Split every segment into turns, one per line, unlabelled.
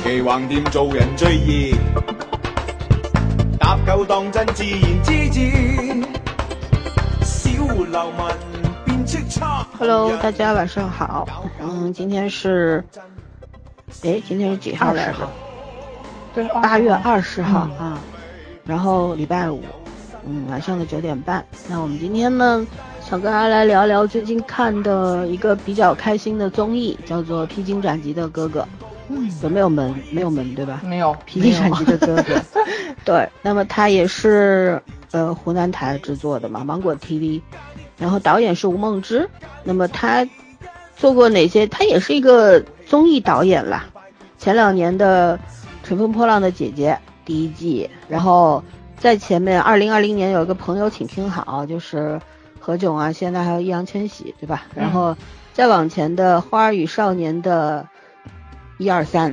期橫掂做人最易，搭夠當真自言自語，小流氓變叱咤。
Hello， 大家晚上好。今天是几号来着？
对
，8月20号啊。然后礼拜五，晚上的9点半。那我们今天呢，想跟大家来聊聊最近看的一个比较开心的综艺，叫做《披荆斩棘的哥哥》。有没有门？没有门，对吧？
没有。
披荆斩棘的哥哥。对，那么他也是湖南台制作的嘛，芒果 TV。然后导演是吴梦之。那么他做过哪些？他也是一个综艺导演啦。前2年的《乘风破浪的姐姐》第1季，然后在前面2020年有一个朋友请听好，就是何炅啊，现在还有易烊千玺，对吧？然后再往前的《花儿与少年》的1、2、3，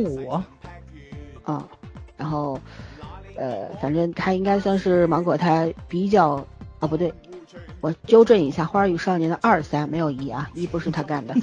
然后反正他应该算是芒果台比较不对，我纠正一下，《花儿与少年》的2、3没有1啊，1不是他干的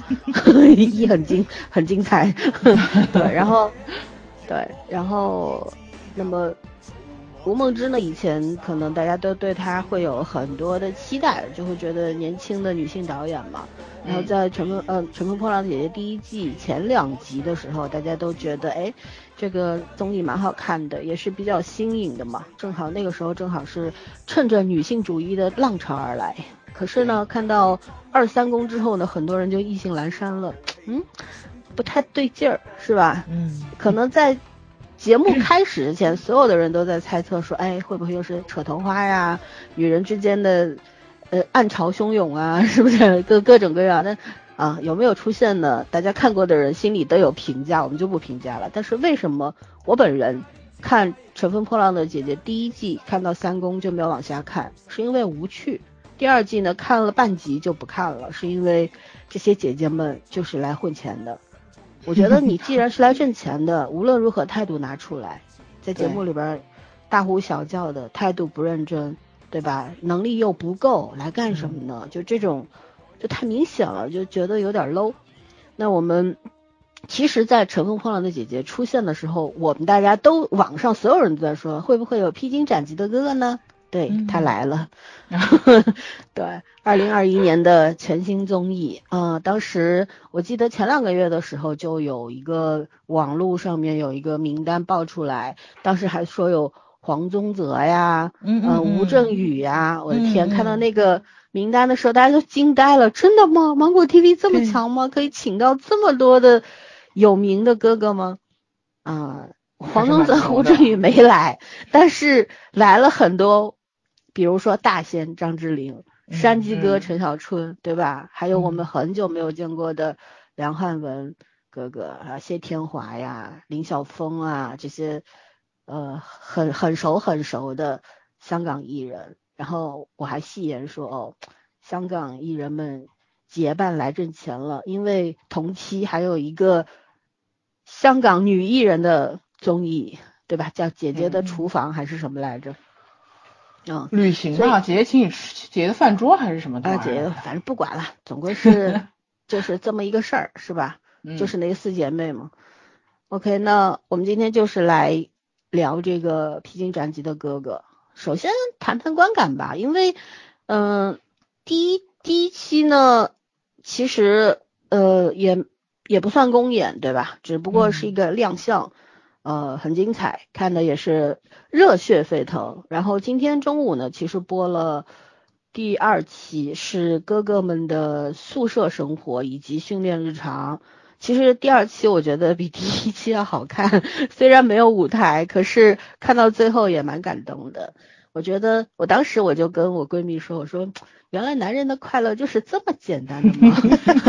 1很精彩对，然后那么吴梦之呢，以前可能大家都对他会有很多的期待，就会觉得年轻的女性导演嘛。然后在乘风破浪的姐姐第1季前2集的时候，大家都觉得这个综艺蛮好看的，也是比较新颖的嘛。正好那个时候是趁着女性主义的浪潮而来。可是呢，看到2、3公之后呢，很多人就意兴阑珊了，不太对劲儿，是吧？可能在节目开始之前，所有的人都在猜测说，会不会又是扯头花呀？女人之间的暗潮汹涌啊，是不是各种各样的啊？有没有出现呢？大家看过的人心里都有评价，我们就不评价了。但是为什么我本人看《乘风破浪的姐姐》第1季看到3公就没有往下看？是因为无趣。第2季呢，看了半集就不看了，是因为这些姐姐们就是来混钱的。我觉得你既然是来挣钱的，无论如何态度拿出来，在节目里边大呼小叫的，态度不认真，对吧？能力又不够，来干什么呢？就这种就太明显了，就觉得有点 low。 那我们其实在乘风破浪的姐姐出现的时候，我们大家都网上所有人都在说，会不会有披荆斩棘的哥哥呢？对，他来了对，2021年的全新综艺当时我记得前2个月的时候，就有一个网络上面有一个名单爆出来，当时还说有黄宗泽呀吴镇宇呀，我的天，看到那个名单的时候大家都惊呆了，真的吗？芒果 TV 这么强吗？可以请到这么多的有名的哥哥吗？黄宗泽吴镇宇没来，但是来了很多，比如说大仙张智霖、山鸡哥陈小春，对吧？还有我们很久没有见过的梁汉文哥哥谢天华呀、林晓峰啊，这些很熟的香港艺人。然后我还戏言说香港艺人们结伴来挣钱了，因为同期还有一个香港女艺人的综艺，对吧？叫姐姐的厨房还是什么来着？
旅行啊，姐姐请你吃姐姐的饭桌还是什么的
姐姐反正不管了，总归是就是这么一个事儿，是吧？就是那4姐妹嘛。OK， 那我们今天就是来聊这个披荆斩棘的哥哥。首先谈谈观感吧，因为第一期呢，其实也不算公演，对吧？只不过是一个亮相，很精彩，看的也是热血沸腾。然后今天中午呢，其实播了第2期，是哥哥们的宿舍生活以及训练日常。其实第2期我觉得比第1期要好看，虽然没有舞台，可是看到最后也蛮感动的。我觉得我当时我就跟我闺蜜说，我说原来男人的快乐就是这么简单的吗？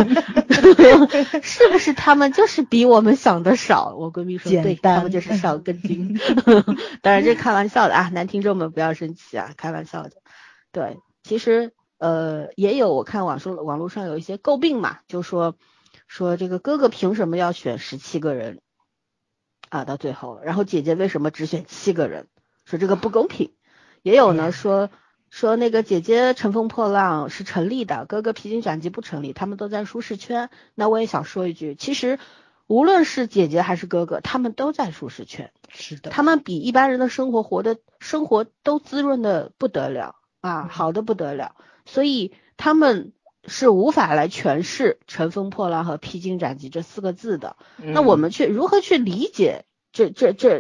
是不是他们就是比我们想的少？我闺蜜说对，他们就是少根筋。当然这是开玩笑的啊，男听众们不要生气啊，开玩笑的。对，其实也有我看网络上有一些诟病嘛，就说这个哥哥凭什么要选17个人到最后，然后姐姐为什么只选7个人，说这个不公平。也有呢说那个姐姐乘风破浪是成立的，哥哥披荆斩棘不成立，他们都在舒适圈。那我也想说一句，其实无论是姐姐还是哥哥，他们都在舒适圈，
是的，
他们比一般人的生活都滋润的不得了啊，好的不得了，所以他们是无法来诠释乘风破浪和披荆斩棘这4个字的。那我们如何去理解这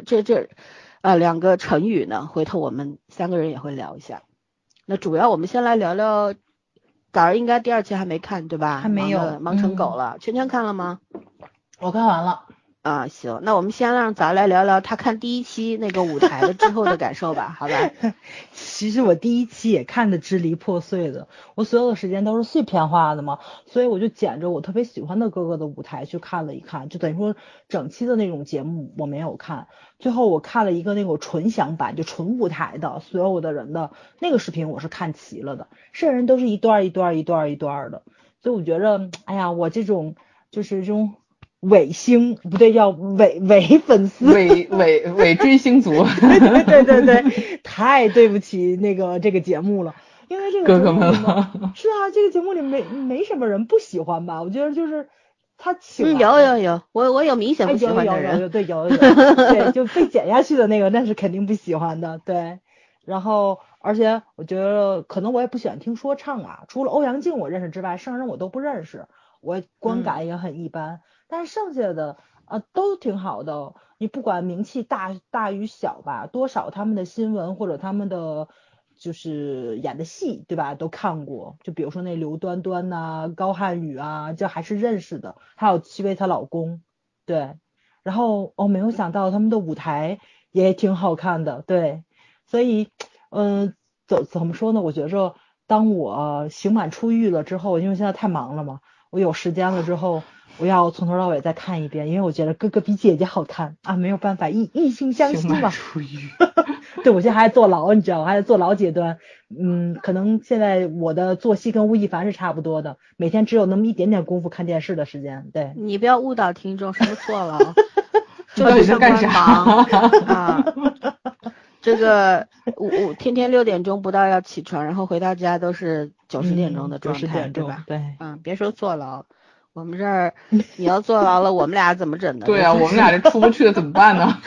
2个成语呢？回头我们3个人也会聊一下。那主要我们先来聊聊，早儿应该第2期还没看对吧？
还没有，
忙成狗了。圈圈看了吗？
我看完了。
啊，行，那我们先让早儿来聊聊他看第1期那个舞台的之后的感受吧，好吧？
其实我第1期也看得支离破碎的，我所有的时间都是碎片化的嘛，所以我就捡着我特别喜欢的哥哥的舞台去看了一看，就等于说整期的那种节目我没有看，最后我看了一个那种纯享版，就纯舞台的，所有的人的那个视频我是看齐了的，剩人都是一段一段的，所以我觉着，哎呀，我这种就是这种伪星不对，叫伪粉丝，
伪追星族，
对，太对不起这个节目了，因为这个节目
哥哥们了。
是啊，这个节目里没什么人不喜欢吧？我觉得就是他请
有，我有明显不喜欢的人，
有，对，就被剪下去的那个，那是肯定不喜欢的，对。然后，而且我觉得可能我也不喜欢听说唱啊，除了欧阳靖我认识之外，剩下人我都不认识，我观感也很一般。但是剩下的都挺好的，你不管名气大与小吧，多少他们的新闻或者他们的就是演的戏，对吧？都看过，就比如说那刘端端呐、高瀚宇啊，这还是认识的，还有戚薇她老公，对。然后没有想到他们的舞台也挺好看的，对。所以怎么说呢？我觉着当我刑满出狱了之后，因为现在太忙了嘛，我有时间了之后，我要从头到尾再看一遍，因为我觉得哥哥比姐姐好看啊，没有办法，异性相吸嘛。
出狱。
对，我现在还在坐牢，你知道，还在坐牢阶段。可能现在我的作息跟吴亦凡是差不多的，每天只有那么一点点功夫看电视的时间。对，
你不要误导听众，什么坐牢，
就是上班
忙啊。这个我天天6点钟不到要起床，然后回到家都是9、10点钟的状态，对吧？
对，
别说坐牢，我们这儿你要坐牢了，我们俩怎么整的？
对啊，我们俩这出不去了怎么办呢？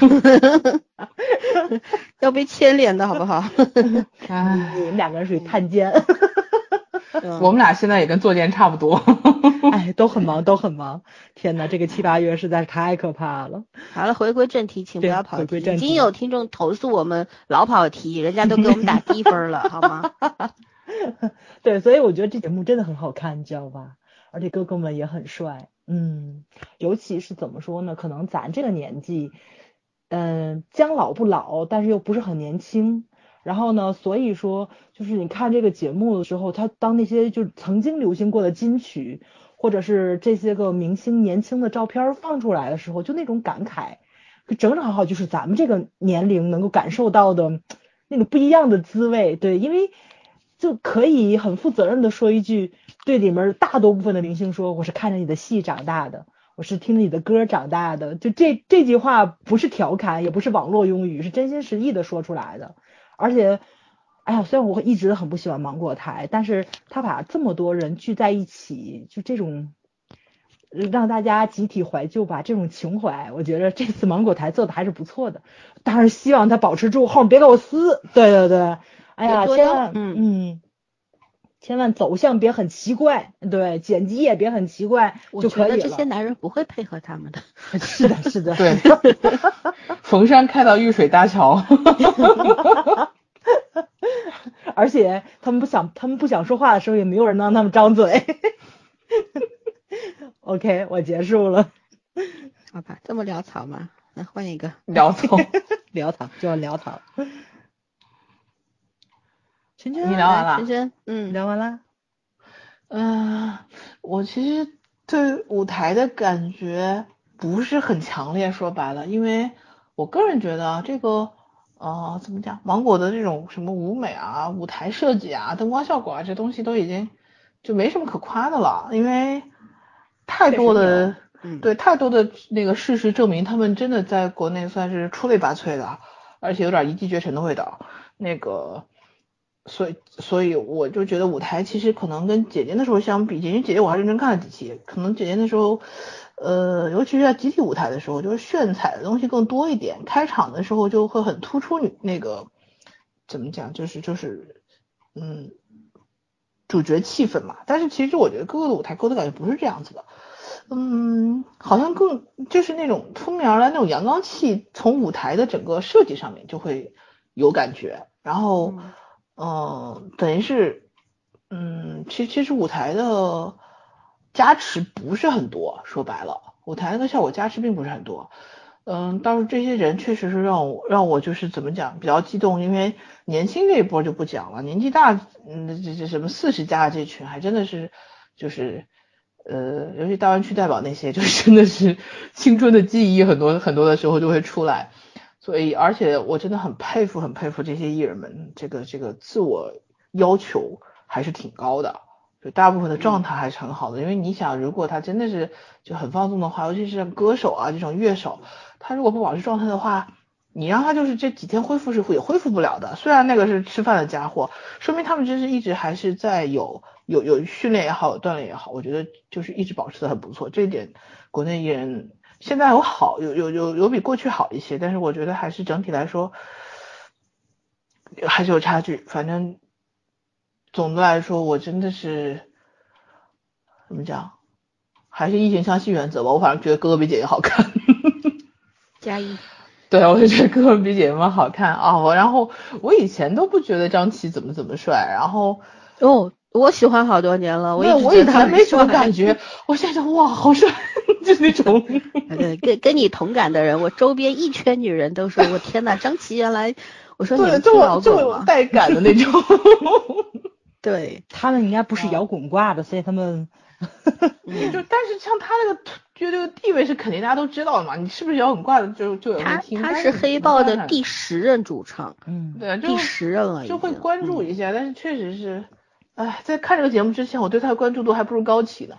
要被牵连的好不好？
你们2个人属于探监。
我们俩现在也跟坐监差不多。
哎，都很忙。天哪，这个7、8月实在是太可怕了。
好了，回归正题，请不要跑题。
已
经有听众投诉我们老跑题，人家都给我们打低分了，好吗？
对，所以我觉得这节目真的很好看，你知道吧？而且哥哥们也很帅，尤其是怎么说呢？可能咱这个年纪，将老不老，但是又不是很年轻。然后呢，所以说就是你看这个节目的时候，他当那些就曾经流行过的金曲，或者是这些个明星年轻的照片放出来的时候，就那种感慨，正好就是咱们这个年龄能够感受到的那个不一样的滋味。对，因为就可以很负责任的说一句，对里面大多部分的明星说，我是看着你的戏长大的，我是听着你的歌长大的，就这句话不是调侃，也不是网络用语，是真心实意的说出来的。而且，哎呀，虽然我一直很不喜欢芒果台，但是他把这么多人聚在一起，就这种让大家集体怀旧吧，这种情怀，我觉得这次芒果台做的还是不错的。当然希望他保持住，后面别给我撕。对，哎呀，千万走向别很奇怪，对，剪辑也别很奇怪就可以了。
我觉得这些男人不会配合他们的。
是的，
对。逢山开到遇水搭桥。
而且他们不想说话的时候，也没有人让他们张嘴。OK， 我结束了。
好吧，这么潦草吗？来换一个。
潦草
就要潦草。圈圈，
你聊完了？
圈圈，
聊完了。
我其实对舞台的感觉不是很强烈，说白了，因为我个人觉得这个怎么讲，芒果的这种什么舞美啊、舞台设计啊、灯光效果啊，这东西都已经就没什么可夸的了，因为太多的那个事实证明，他们真的在国内算是出类拔萃的，而且有点一骑绝尘的味道。那个，所以我就觉得舞台其实可能跟姐姐那时候相比，因为姐姐我还认真看了几期，可能姐姐那时候尤其是在集体舞台的时候，就是炫彩的东西更多一点，开场的时候就会很突出你那个怎么讲，主角气氛嘛。但是其实我觉得各个的舞台给我的感觉不是这样子的，好像更就是那种扑面而来那种阳刚气，从舞台的整个设计上面就会有感觉。然后等于是其实舞台的加持不是很多，说白了，舞台的效果加持并不是很多。倒是这些人确实是让我就是怎么讲比较激动，因为年轻这一波就不讲了，年纪大，这什么40加的这群还真的是就是尤其大湾区代表那些，就真的是青春的记忆很多很多的时候就会出来。所以而且我真的很佩服这些艺人们，这个自我要求还是挺高的。就大部分的状态还是很好的，因为你想，如果他真的是就很放纵的话，尤其是像歌手啊这种乐手，他如果不保持状态的话，你让他就是这几天恢复也恢复不了的。虽然那个是吃饭的家伙，说明他们真是一直还是在有训练也好，有锻炼也好，我觉得就是一直保持的很不错。这一点国内艺人现在有比过去好一些，但是我觉得还是整体来说还是有差距。反正总的来说，我真的是怎么讲，还是异性相吸原则吧。我反正觉得哥哥比姐姐好看。
加一。
对，我就觉得哥哥比姐姐们好看啊。然后我以前都不觉得张琪怎么帅，然后
我喜欢好多年了，我
以前没什么感觉，我现在就哇好帅，就那种。
对，跟你同感的人，我周边一圈女人都说，我天呐，张琪原来，我说你们听老
狗有带感的那种。
对，
他们应该不是摇滚挂的，所以他们
但是像他那个这个地位是肯定大家都知道的嘛，你是不是摇滚挂的就有人听。
他是黑豹的第10任主唱，
对，
第10任了，
就会关注一下。但是确实是，在看这个节目之前，我对他的关注度还不如高启呢。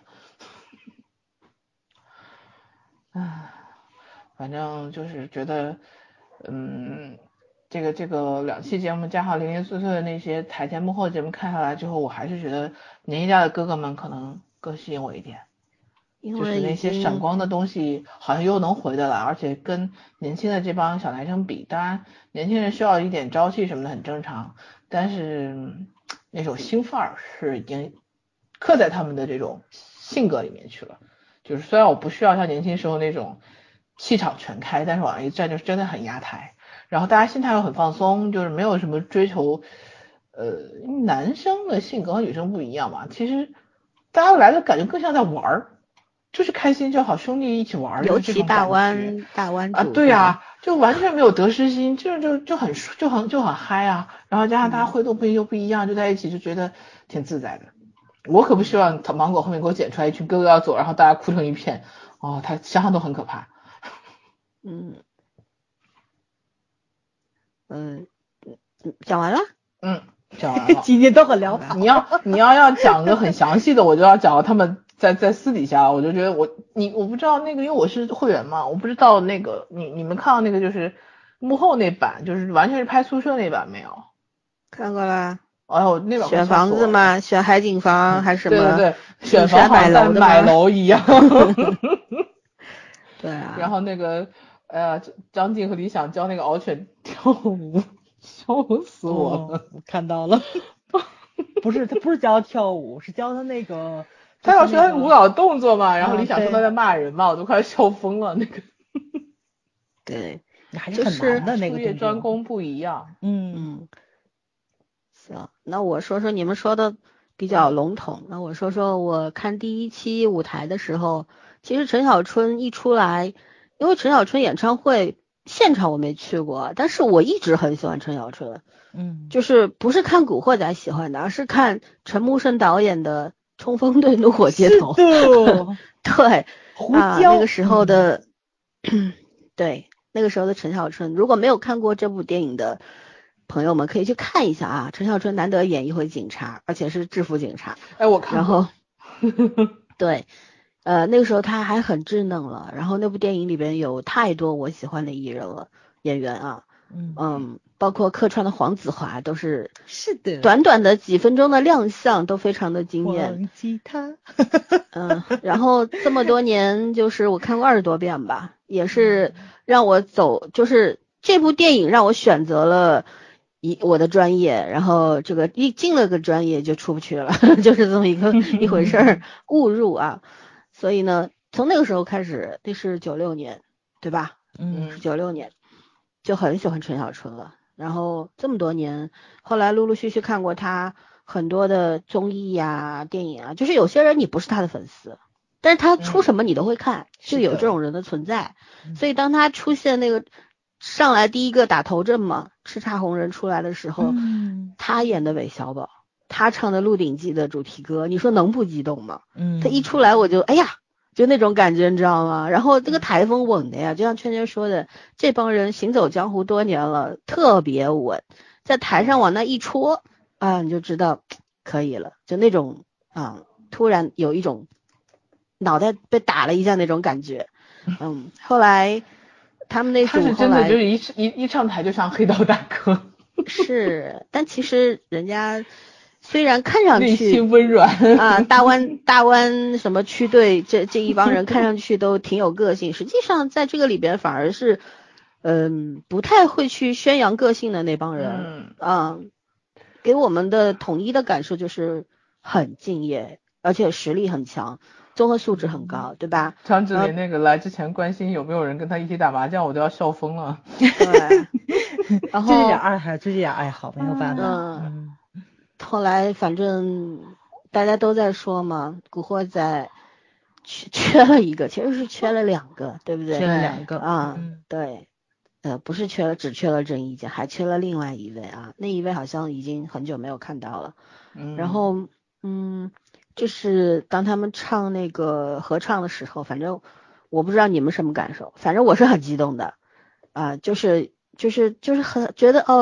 反正就是觉得，这个2期节目加上零零碎碎的那些台前幕后节目看下来之后，我还是觉得年纪大的哥哥们可能更吸引我一点，就是那些闪光的东西好像又能回得来，而且跟年轻的这帮小男生比，当然年轻人需要一点朝气什么的很正常，但是那种新范儿是已经刻在他们的这种性格里面去了。就是虽然我不需要像年轻时候那种气场全开，但是往上一站就是真的很压台。然后大家心态又很放松，就是没有什么追求，男生的性格和女生不一样嘛，其实大家来的感觉更像在玩儿，就是开心就好，兄弟一起玩儿，
尤其大湾
啊，对啊，就完全没有得失心，就很嗨啊，然后加上大家挥动又不一样，就在一起就觉得挺自在的。我可不希望芒果后面给我剪出来一群哥哥要走，然后大家哭成一片，他想想都很可怕。
讲完了。
讲完了。
今天都很潦草。
你要讲个很详细的，我就要讲到他们在私底下，我就觉得我不知道那个，因为我是会员嘛，我不知道那个你们看到那个就是幕后那版，就是完全是拍宿舍那版没有？
看过啦。
那版
选房子嘛，选海景房还是什么？
对，选房好像买楼一样。
对啊。
然后那个张晋和李想教那个獒犬跳舞，笑死我了。
我看到了。不是，他不是教他跳舞，是教他那个。
他要学他舞蹈动作嘛，然后李想说他在骂人嘛，我都快笑疯了那个。
对，
还是很难的那个。
术业专攻不一样。
行，那我说说你们说的比较笼统，那我说说我看第1期舞台的时候，其实陈小春一出来，因为陈小春演唱会现场我没去过，但是我一直很喜欢陈小春。就是不是看古惑仔喜欢的，而是看陈木胜导演的《冲锋队怒火街头》。对，
胡椒
那个时候的对，那个时候的陈小春，如果没有看过这部电影的朋友们可以去看一下啊。陈小春难得演一回警察，而且是制服警察。
我看。
然后对，那个时候他还很稚嫩了，然后那部电影里边有太多我喜欢的艺人了，演员啊。 包括客串的黄子华都是
的，
短短的几分钟的亮相都非常的惊艳。
忘记他。
然后这么多年，就是我看过20多遍吧，也是让我就是这部电影让我选择了我的专业，然后这个一进了个专业就出不去了，就是这么一回事儿，误入啊。所以呢，从那个时候开始，那是96年，对吧？是96年，就很喜欢陈小春了。然后这么多年，后来陆陆续续看过他很多的综艺啊、电影啊，就是有些人你不是他的粉丝，但是他出什么你都会看，就有这种人的存在。所以当他出现那个上来第一个打头阵嘛，叱咤红人出来的时候，他演的韦小宝，他唱的《鹿鼎记》的主题歌，你说能不激动吗？他一出来我就哎呀，就那种感觉你知道吗？然后这个台风稳的呀，就像圈圈说的，这帮人行走江湖多年了，特别稳，在台上往那一戳啊，你就知道可以了，就那种突然有一种脑袋被打了一下那种感觉。后来他们那组
他是真的就是一上台就像黑道大哥。
是，但其实人家虽然看上去
内心温软
啊，大湾什么区队这一帮人看上去都挺有个性，实际上在这个里边反而是不太会去宣扬个性的那帮人。给我们的统一的感受就是很敬业，而且实力很强，综合素质很高，对吧？
张智霖那个来之前关心有没有人跟他一起打麻将，我都要笑疯了。
对，然后
这点爱好没有办法。
后来反正大家都在说嘛，古惑仔缺了一个，其实是缺了2个，对不对？
缺了2个
对，不是只缺了郑伊健，还缺了另外一位啊，那一位好像已经很久没有看到了。然后就是当他们唱那个合唱的时候，反正我不知道你们什么感受，反正我是很激动的就是很觉得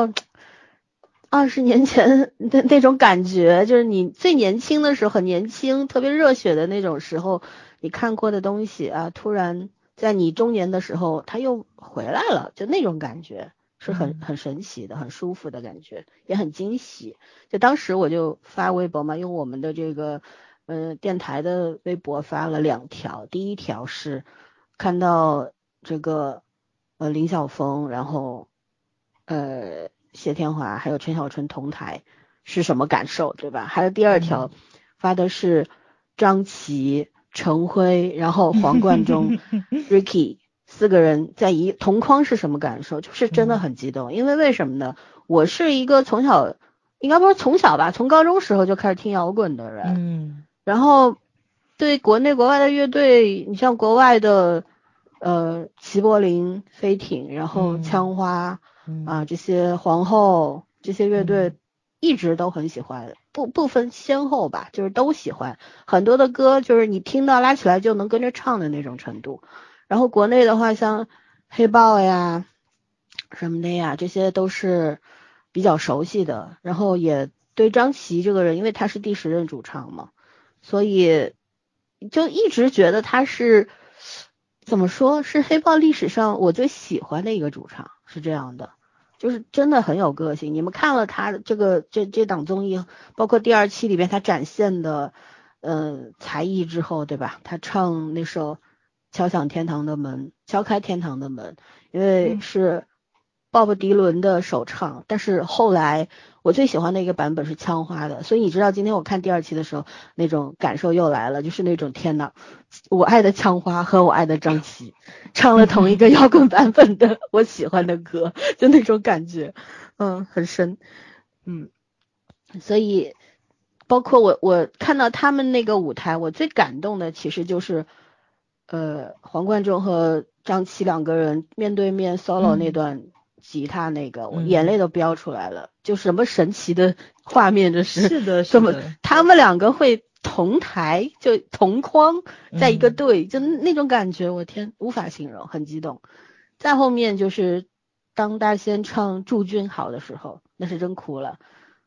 20年前的那种感觉，就是你最年轻的时候，很年轻特别热血的那种时候，你看过的东西啊，突然在你中年的时候它又回来了，就那种感觉是很神奇的，很舒服的感觉，也很惊喜。就当时我就发微博嘛，用我们的这个电台的微博发了2条，第一条是看到这个林晓峰，然后谢天华还有陈小春同台是什么感受，对吧？还有第2条发的是张琪、陈辉，然后黄贯中、Ricky 4个人在同框是什么感受？就是真的很激动，因为为什么呢？我是一个从小，应该不是从小吧，从高中时候就开始听摇滚的人，然后对国内国外的乐队，你像国外的齐柏林、飞艇，然后枪花这些皇后这些乐队一直都很喜欢，不分先后吧，就是都喜欢，很多的歌就是你听到拉起来就能跟着唱的那种程度。然后国内的话像黑豹呀什么的呀，这些都是比较熟悉的，然后也对张琪这个人，因为他是第10任主唱嘛，所以就一直觉得他是怎么说，是黑豹历史上我最喜欢的一个主唱，是这样的，就是真的很有个性。你们看了他这档综艺，包括第2期里边他展现的才艺之后，对吧？他唱那首敲开天堂的门，因为是鲍勃迪伦的首唱，但是后来我最喜欢的一个版本是枪花的，所以你知道今天我看第2期的时候那种感受又来了，就是那种天哪，我爱的枪花和我爱的张琪唱了同一个摇滚版本的我喜欢的歌，就那种感觉很深。所以包括我看到他们那个舞台，我最感动的其实就是黄贯中和张琪2个人面对面 solo 那段吉他那个，我眼泪都飙出来了，就什么神奇的画面，这是
的，
这么他们2个会同台就同框在一个队，就那种感觉，我天，无法形容，很激动。再后面就是当大仙唱祝君好的时候，那是真哭了。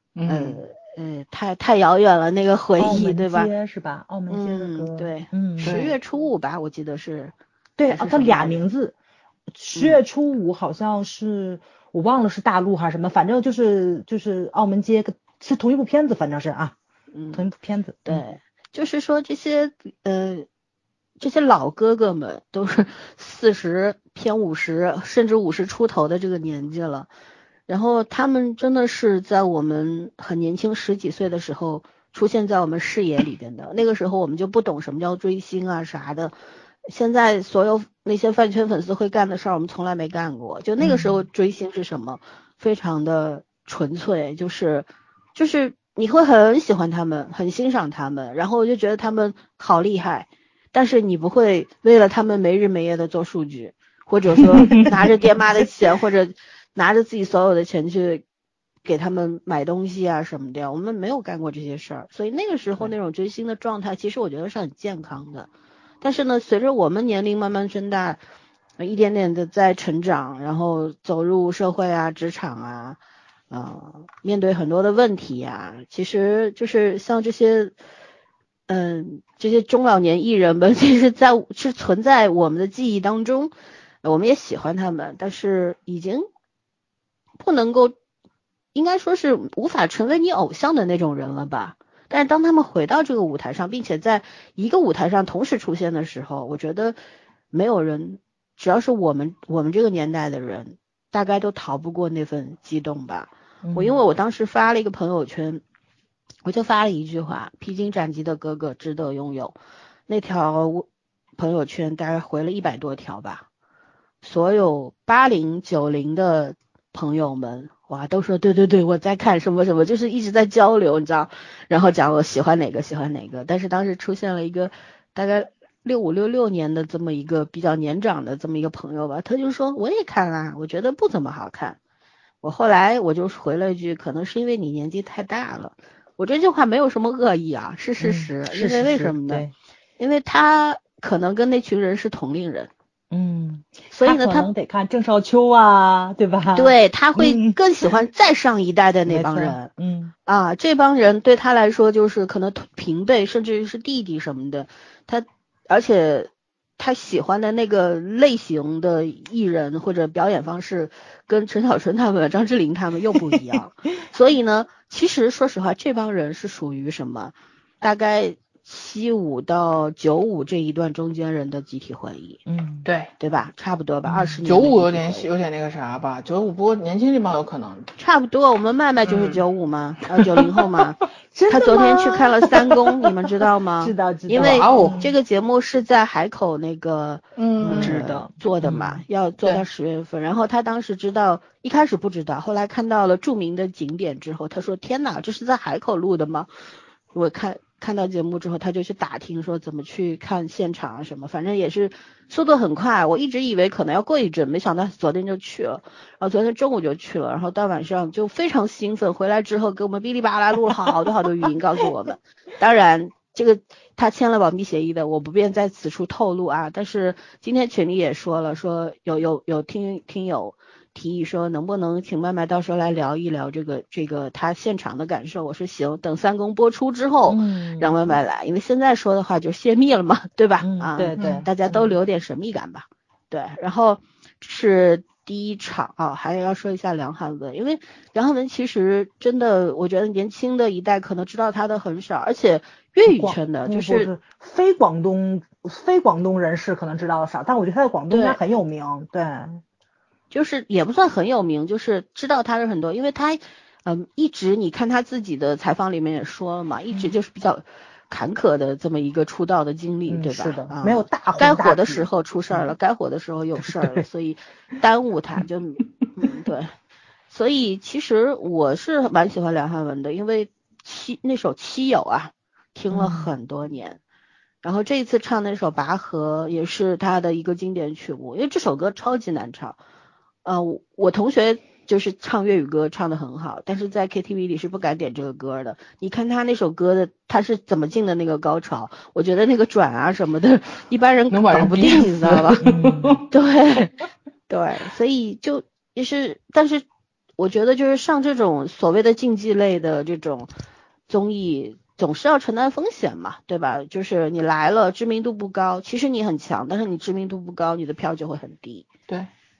太遥远了那个回忆，对吧？
是吧？澳门街的歌，
对，10月初5吧，我记得是。
对，它俩名字。10月初5好像是我忘了是大陆还是什么，反正就是澳门街是同一部片子，反正是啊，同一部片子。
对，就是说这些老哥哥们都是40偏50，甚至50出头的这个年纪了，然后他们真的是在我们很年轻10几岁的时候出现在我们视野里边的。那个时候我们就不懂什么叫追星啊啥的，现在所有那些饭圈粉丝会干的事儿我们从来没干过。就那个时候追星是什么，非常的纯粹，就是你会很喜欢他们，很欣赏他们，然后我就觉得他们好厉害，但是你不会为了他们没日没夜的做数据，或者说拿着爹妈的钱或者拿着自己所有的钱去给他们买东西啊什么的，我们没有干过这些事儿。所以那个时候那种追星的状态其实我觉得是很健康的。但是呢，随着我们年龄慢慢增大，一点点的在成长，然后走入社会啊职场啊，面对很多的问题呀，其实就是像这些中老年艺人们，其实是存在我们的记忆当中，我们也喜欢他们，但是已经不能够，应该说是无法成为你偶像的那种人了吧。但是当他们回到这个舞台上，并且在一个舞台上同时出现的时候，我觉得没有人，只要是我们这个年代的人，大概都逃不过那份激动吧。因为我当时发了一个朋友圈，我就发了一句话：披荆斩棘的哥哥值得拥有。那条朋友圈大概回了100多条吧，所有80、90的朋友们哇都说对，我在看什么什么，就是一直在交流，你知道，然后讲我喜欢哪个。但是当时出现了一个大概65、66年的这么一个比较年长的这么一个朋友吧，他就说我也看啊，我觉得不怎么好看。我后来我就回了一句，可能是因为你年纪太大了。我这句话没有什么恶意啊，是事实。因为为什么呢？因为他可能跟那群人是同龄人。所以呢，
他可能得看郑少秋啊，对吧？
对，他会更喜欢再上一代的那帮人。这帮人对他来说就是可能平辈，甚至是弟弟什么的。而且他喜欢的那个类型的艺人或者表演方式，跟陈小春他们、张智霖他们又不一样。所以呢，其实说实话，这帮人是属于什么？大概75到95这一段中间人的集体回忆。对吧？差不多吧，20年。
95有点那个啥吧，95不过年轻这帮有可能。
差不多，我们麦就是95嘛，90后嘛。他昨天去看了3公，你们知道吗？
知道。
因为这个节目是在海口那个做的嘛，要做到10月份。然后他当时一开始不知道，后来看到了著名的景点之后，他说天哪，这是在海口录的吗？我看到节目之后，他就去打听说怎么去看现场啊什么，反正也是速度很快。我一直以为可能要过一阵，没想到昨天就去了，然后昨天中午就去了，然后到晚上就非常兴奋，回来之后给我们哔哩吧啦录了好多语音告诉我们。当然这个他签了保密协议的，我不便在此处透露啊。但是今天群里也说了，说有听友提议说能不能请麦麦到时候来聊一聊这个他现场的感受。我说行，等3公播出之后让麦麦来，因为现在说的话就泄密了嘛，对吧？
对，
大家都留点神秘感吧。对，然后是第一场还要说一下梁汉文，因为梁汉文其实真的我觉得年轻的一代可能知道他的很少，而且粤语圈的就是
非广东人士可能知道的少，但我觉得他在广东应该很有名。对，
就是也不算很有名，就是知道他是很多，因为他一直你看他自己的采访里面也说了嘛，一直就是比较坎坷的这么一个出道的经历，对吧？
是的，没有
该火的时候出事儿了，该火的时候有事儿了，所以耽误他就对。所以其实我是蛮喜欢梁汉文的，因为那首《七友》听了很多年。然后这一次唱那首《拔河》也是他的一个经典曲目，因为这首歌超级难唱。我同学就是唱粤语歌唱得很好，但是在 KTV 里是不敢点这个歌的。你看他那首歌的他是怎么进的那个高潮，我觉得那个转什么的一般人搞不定，你知道吧？对，所以也是，但是我觉得就是上这种所谓的竞技类的这种综艺总是要承担风险嘛，对吧？就是你来了知名度不高，其实你很强，但是你知名度不高，你的票就会很低。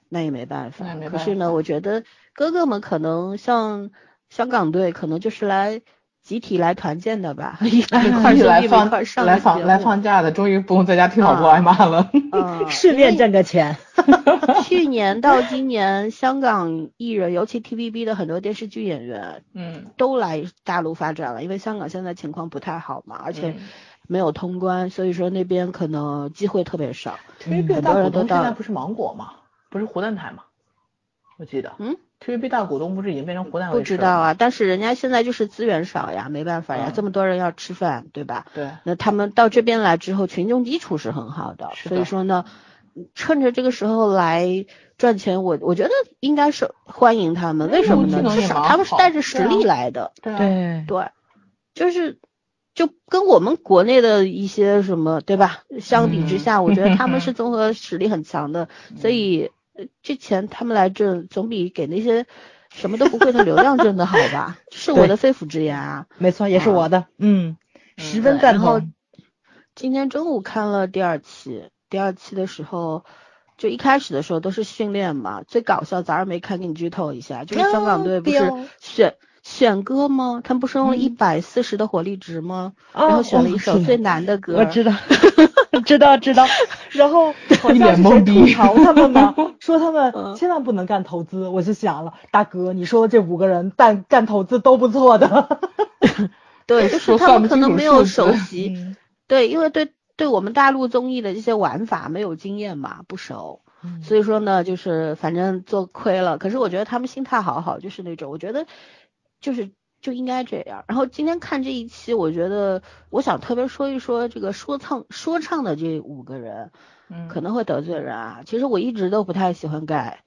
那也没办法。
那也没办法
可是呢，我觉得哥哥们可能像香港队，可能就是来集体来团建的吧，一块兄弟们一块上个节目
来放假的，终于不用在家听老婆挨骂了。
顺便挣个钱。
去年到今年，香港艺人，尤其 TVB 的很多电视剧演员，都来大陆发展了，因为香港现在情况不太好嘛，而且没有通关，所以说那边可能机会特别少。
TVB 大股东现在不是芒果吗？不是湖南台吗？我记得。TVB 大股东不是已经变成湖南卫视了？
不知道啊，但是人家现在就是资源少呀，没办法呀，这么多人要吃饭，对吧？
对。
那他们到这边来之后，群众基础是很好的，所以说呢，趁着这个时候来赚钱，我觉得应该是欢迎他们。为什么呢？至少他们是带着实力来的。
对，
就跟我们国内的一些什么，对吧？相比之下，我觉得他们是综合实力很强的，所以这钱他们来挣，总比给那些什么都不会的流量挣的好吧？是我的肺腑之言啊。
没错，也是我的，十分赞同。
然后今天中午看了第二期的时候，就一开始的时候都是训练嘛，最搞笑，早上没看，给你剧透一下，就是香港队不是选歌吗？他们不是用了140的火力值吗？然后选了一首最难的歌。
我知道知道。然后好像是谁吐槽他们嘛，说他们千万不能干投资。我就想了，大哥，你说的这5个人干投资都不错的。
对，就是他们可能没有熟悉。对，因为对我们大陆综艺的这些玩法没有经验嘛，不熟。所以说呢，就是反正做亏了。可是我觉得他们心态好，就是那种我觉得就应该这样。然后今天看这一期，我觉得我想特别说一说这个说唱的这5个人，可能会得罪人啊。其实我一直都不太喜欢盖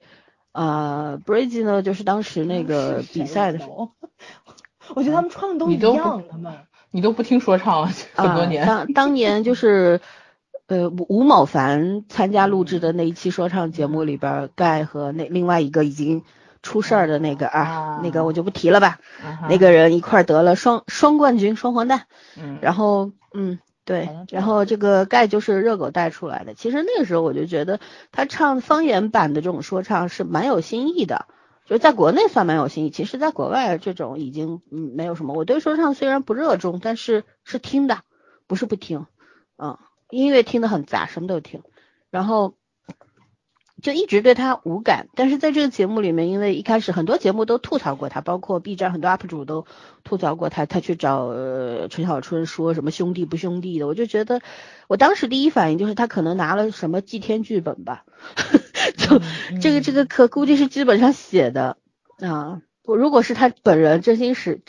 Breezy 呢，就是当时那个比赛的时候，
我觉得他们唱的都一样，
你都不听说唱了很多年。
当年就是吴某凡参加录制的那一期说唱节目里边，盖和另外一个已经出事儿的那个那个我就不提了吧，那个人一块得了双冠军双黄蛋，然后对，然后这个盖就是热狗带出来的。其实那个时候我就觉得他唱方言版的这种说唱是蛮有新意的，就在国内算蛮有新意，其实在国外这种已经没有什么。我对说唱虽然不热衷，但是听的，不是不听，音乐听得很杂，什么都听，然后就一直对他无感。但是在这个节目里面，因为一开始很多节目都吐槽过他，包括 B 站很多 UP 主都吐槽过他去找陈小春说什么兄弟不兄弟的，我就觉得我当时第一反应就是他可能拿了什么祭天剧本吧就这个可估计是基本上写的如果是他本人真心实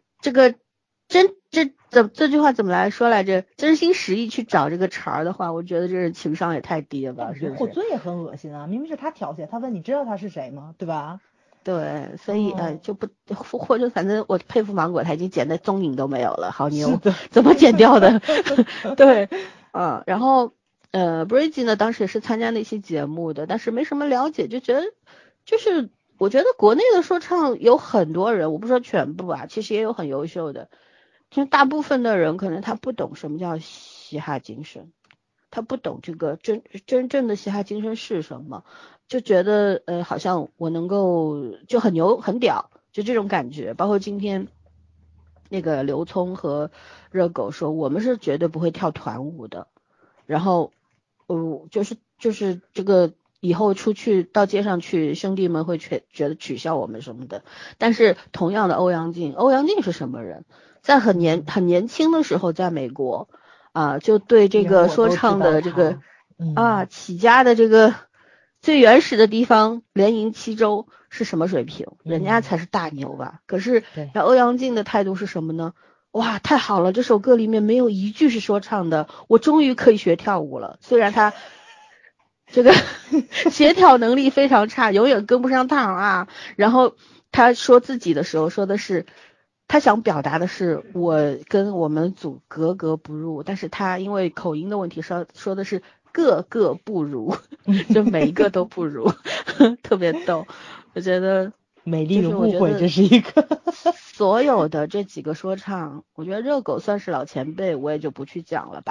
这句话怎么来说来着？真心实意去找这个茬儿的话，我觉得这人情商也太低了吧？我觉得
霍尊也很恶心啊！明明是他挑衅，他问你知道他是谁吗？对吧？
对，所以就不霍尊，反正我佩服芒果，他已经剪的踪影都没有了，好牛，怎么剪掉的？对，然后Breezy 呢，当时也是参加那期节目的，但是没什么了解，就觉得就是我觉得国内的说唱有很多人，我不说全部其实也有很优秀的。其实大部分的人可能他不懂什么叫嘻哈精神，他不懂这个真正的嘻哈精神是什么，就觉得好像我能够就很牛很屌，就这种感觉。包括今天那个刘聪和热狗说我们是绝对不会跳团舞的，然后就是这个以后出去到街上去，兄弟们会觉得取笑我们什么的。但是同样的欧阳靖是什么人？在很年轻的时候，在美国就对这个说唱的这个起家的这个最原始的地方连赢7州是什么水平？人家才是大牛吧。可是欧阳靖的态度是什么呢？哇，太好了，这首歌里面没有一句是说唱的，我终于可以学跳舞了。虽然他这个协调能力非常差，永远跟不上趟然后他说自己的时候说的是他想表达的是我跟我们组格格不入，但是他因为口音的问题说的是个个不如就每一个都不如特别逗。我觉得
美丽的误会，这是一个
所有的这几个说唱，我觉得热狗算是老前辈，我也就不去讲了吧。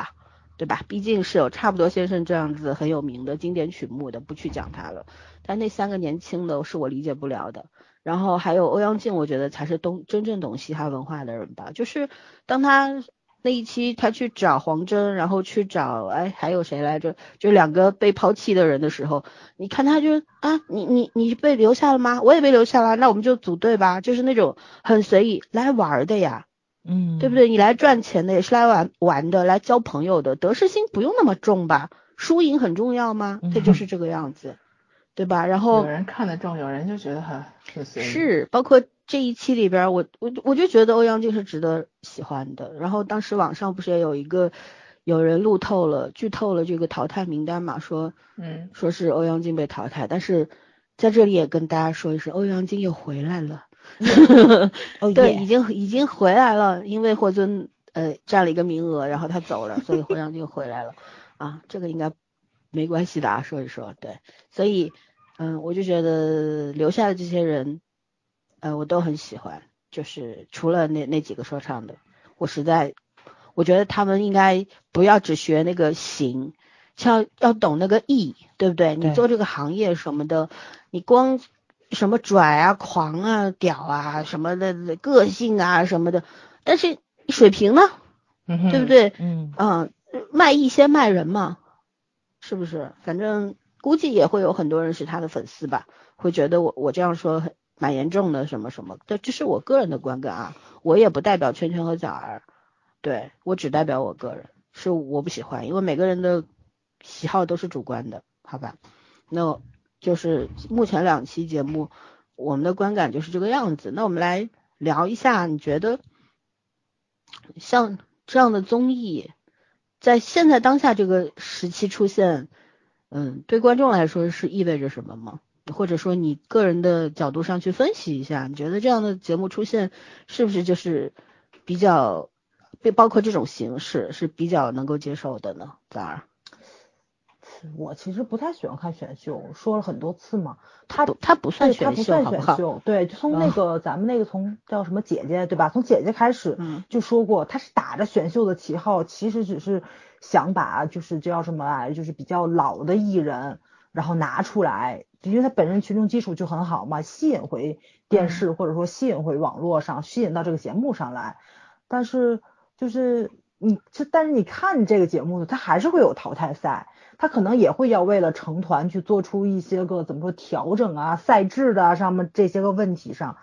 对吧？毕竟是有差不多先生这样子很有名的经典曲目的，不去讲他了。但那3个年轻的是我理解不了的。然后还有欧阳靖，我觉得才是真正懂嘻哈文化的人吧。就是当他那一期他去找黄真，然后去找还有谁来着？就2个被抛弃的人的时候，你看他就啊，你被留下了吗？我也被留下了，那我们就组队吧，就是那种很随意来玩的呀。对不对？你来赚钱的，也是来玩的，来交朋友的，得失心不用那么重吧？输赢很重要吗？他就是这个样子，对吧？然后
有人看得重，有人就觉得很随意。
是，包括这一期里边，我就觉得欧阳靖是值得喜欢的。然后当时网上不是也有人剧透了这个淘汰名单嘛，说是欧阳靖被淘汰，但是在这里也跟大家说一声，欧阳靖又回来了。对，已经回来了，因为霍尊占了一个名额，然后他走了，所以欧阳靖回来了啊，这个应该没关系的啊，说一说，对，所以我就觉得留下的这些人我都很喜欢，就是除了那几个说唱的，我觉得他们应该不要只学那个形，要懂那个意，对不对？你做这个行业什么的，你光什么拽啊、狂啊、屌啊什么的个性啊什么的，但是水平呢，对不对？卖艺先卖人嘛，是不是？反正估计也会有很多人是他的粉丝吧，会觉得我这样说蛮严重的什么什么，这是我个人的观感啊，我也不代表圈圈和枣儿，对，我只代表我个人，是我不喜欢，因为每个人的喜好都是主观的，好吧？那就是目前2期节目我们的观感就是这个样子。那我们来聊一下，你觉得像这样的综艺在现在当下这个时期出现，对观众来说是意味着什么吗？或者说你个人的角度上去分析一下，你觉得这样的节目出现是不是就是比较包括这种形式是比较能够接受的呢？咋儿？
我其实不太喜欢看选秀，说了很多次嘛。它
不算选秀，好不好？
对，就从那个咱们那个从叫什么姐姐对吧？从姐姐开始就说过，他是打着选秀的旗号，其实只是想把就是叫什么来，就是比较老的艺人，然后拿出来，因为他本身群众基础就很好嘛，吸引回电视或者说吸引回网络上，吸引到这个节目上来。但是但是你看这个节目呢，它还是会有淘汰赛。他可能也会要为了成团去做出一些个怎么说调整啊，赛制的上面这些个问题上，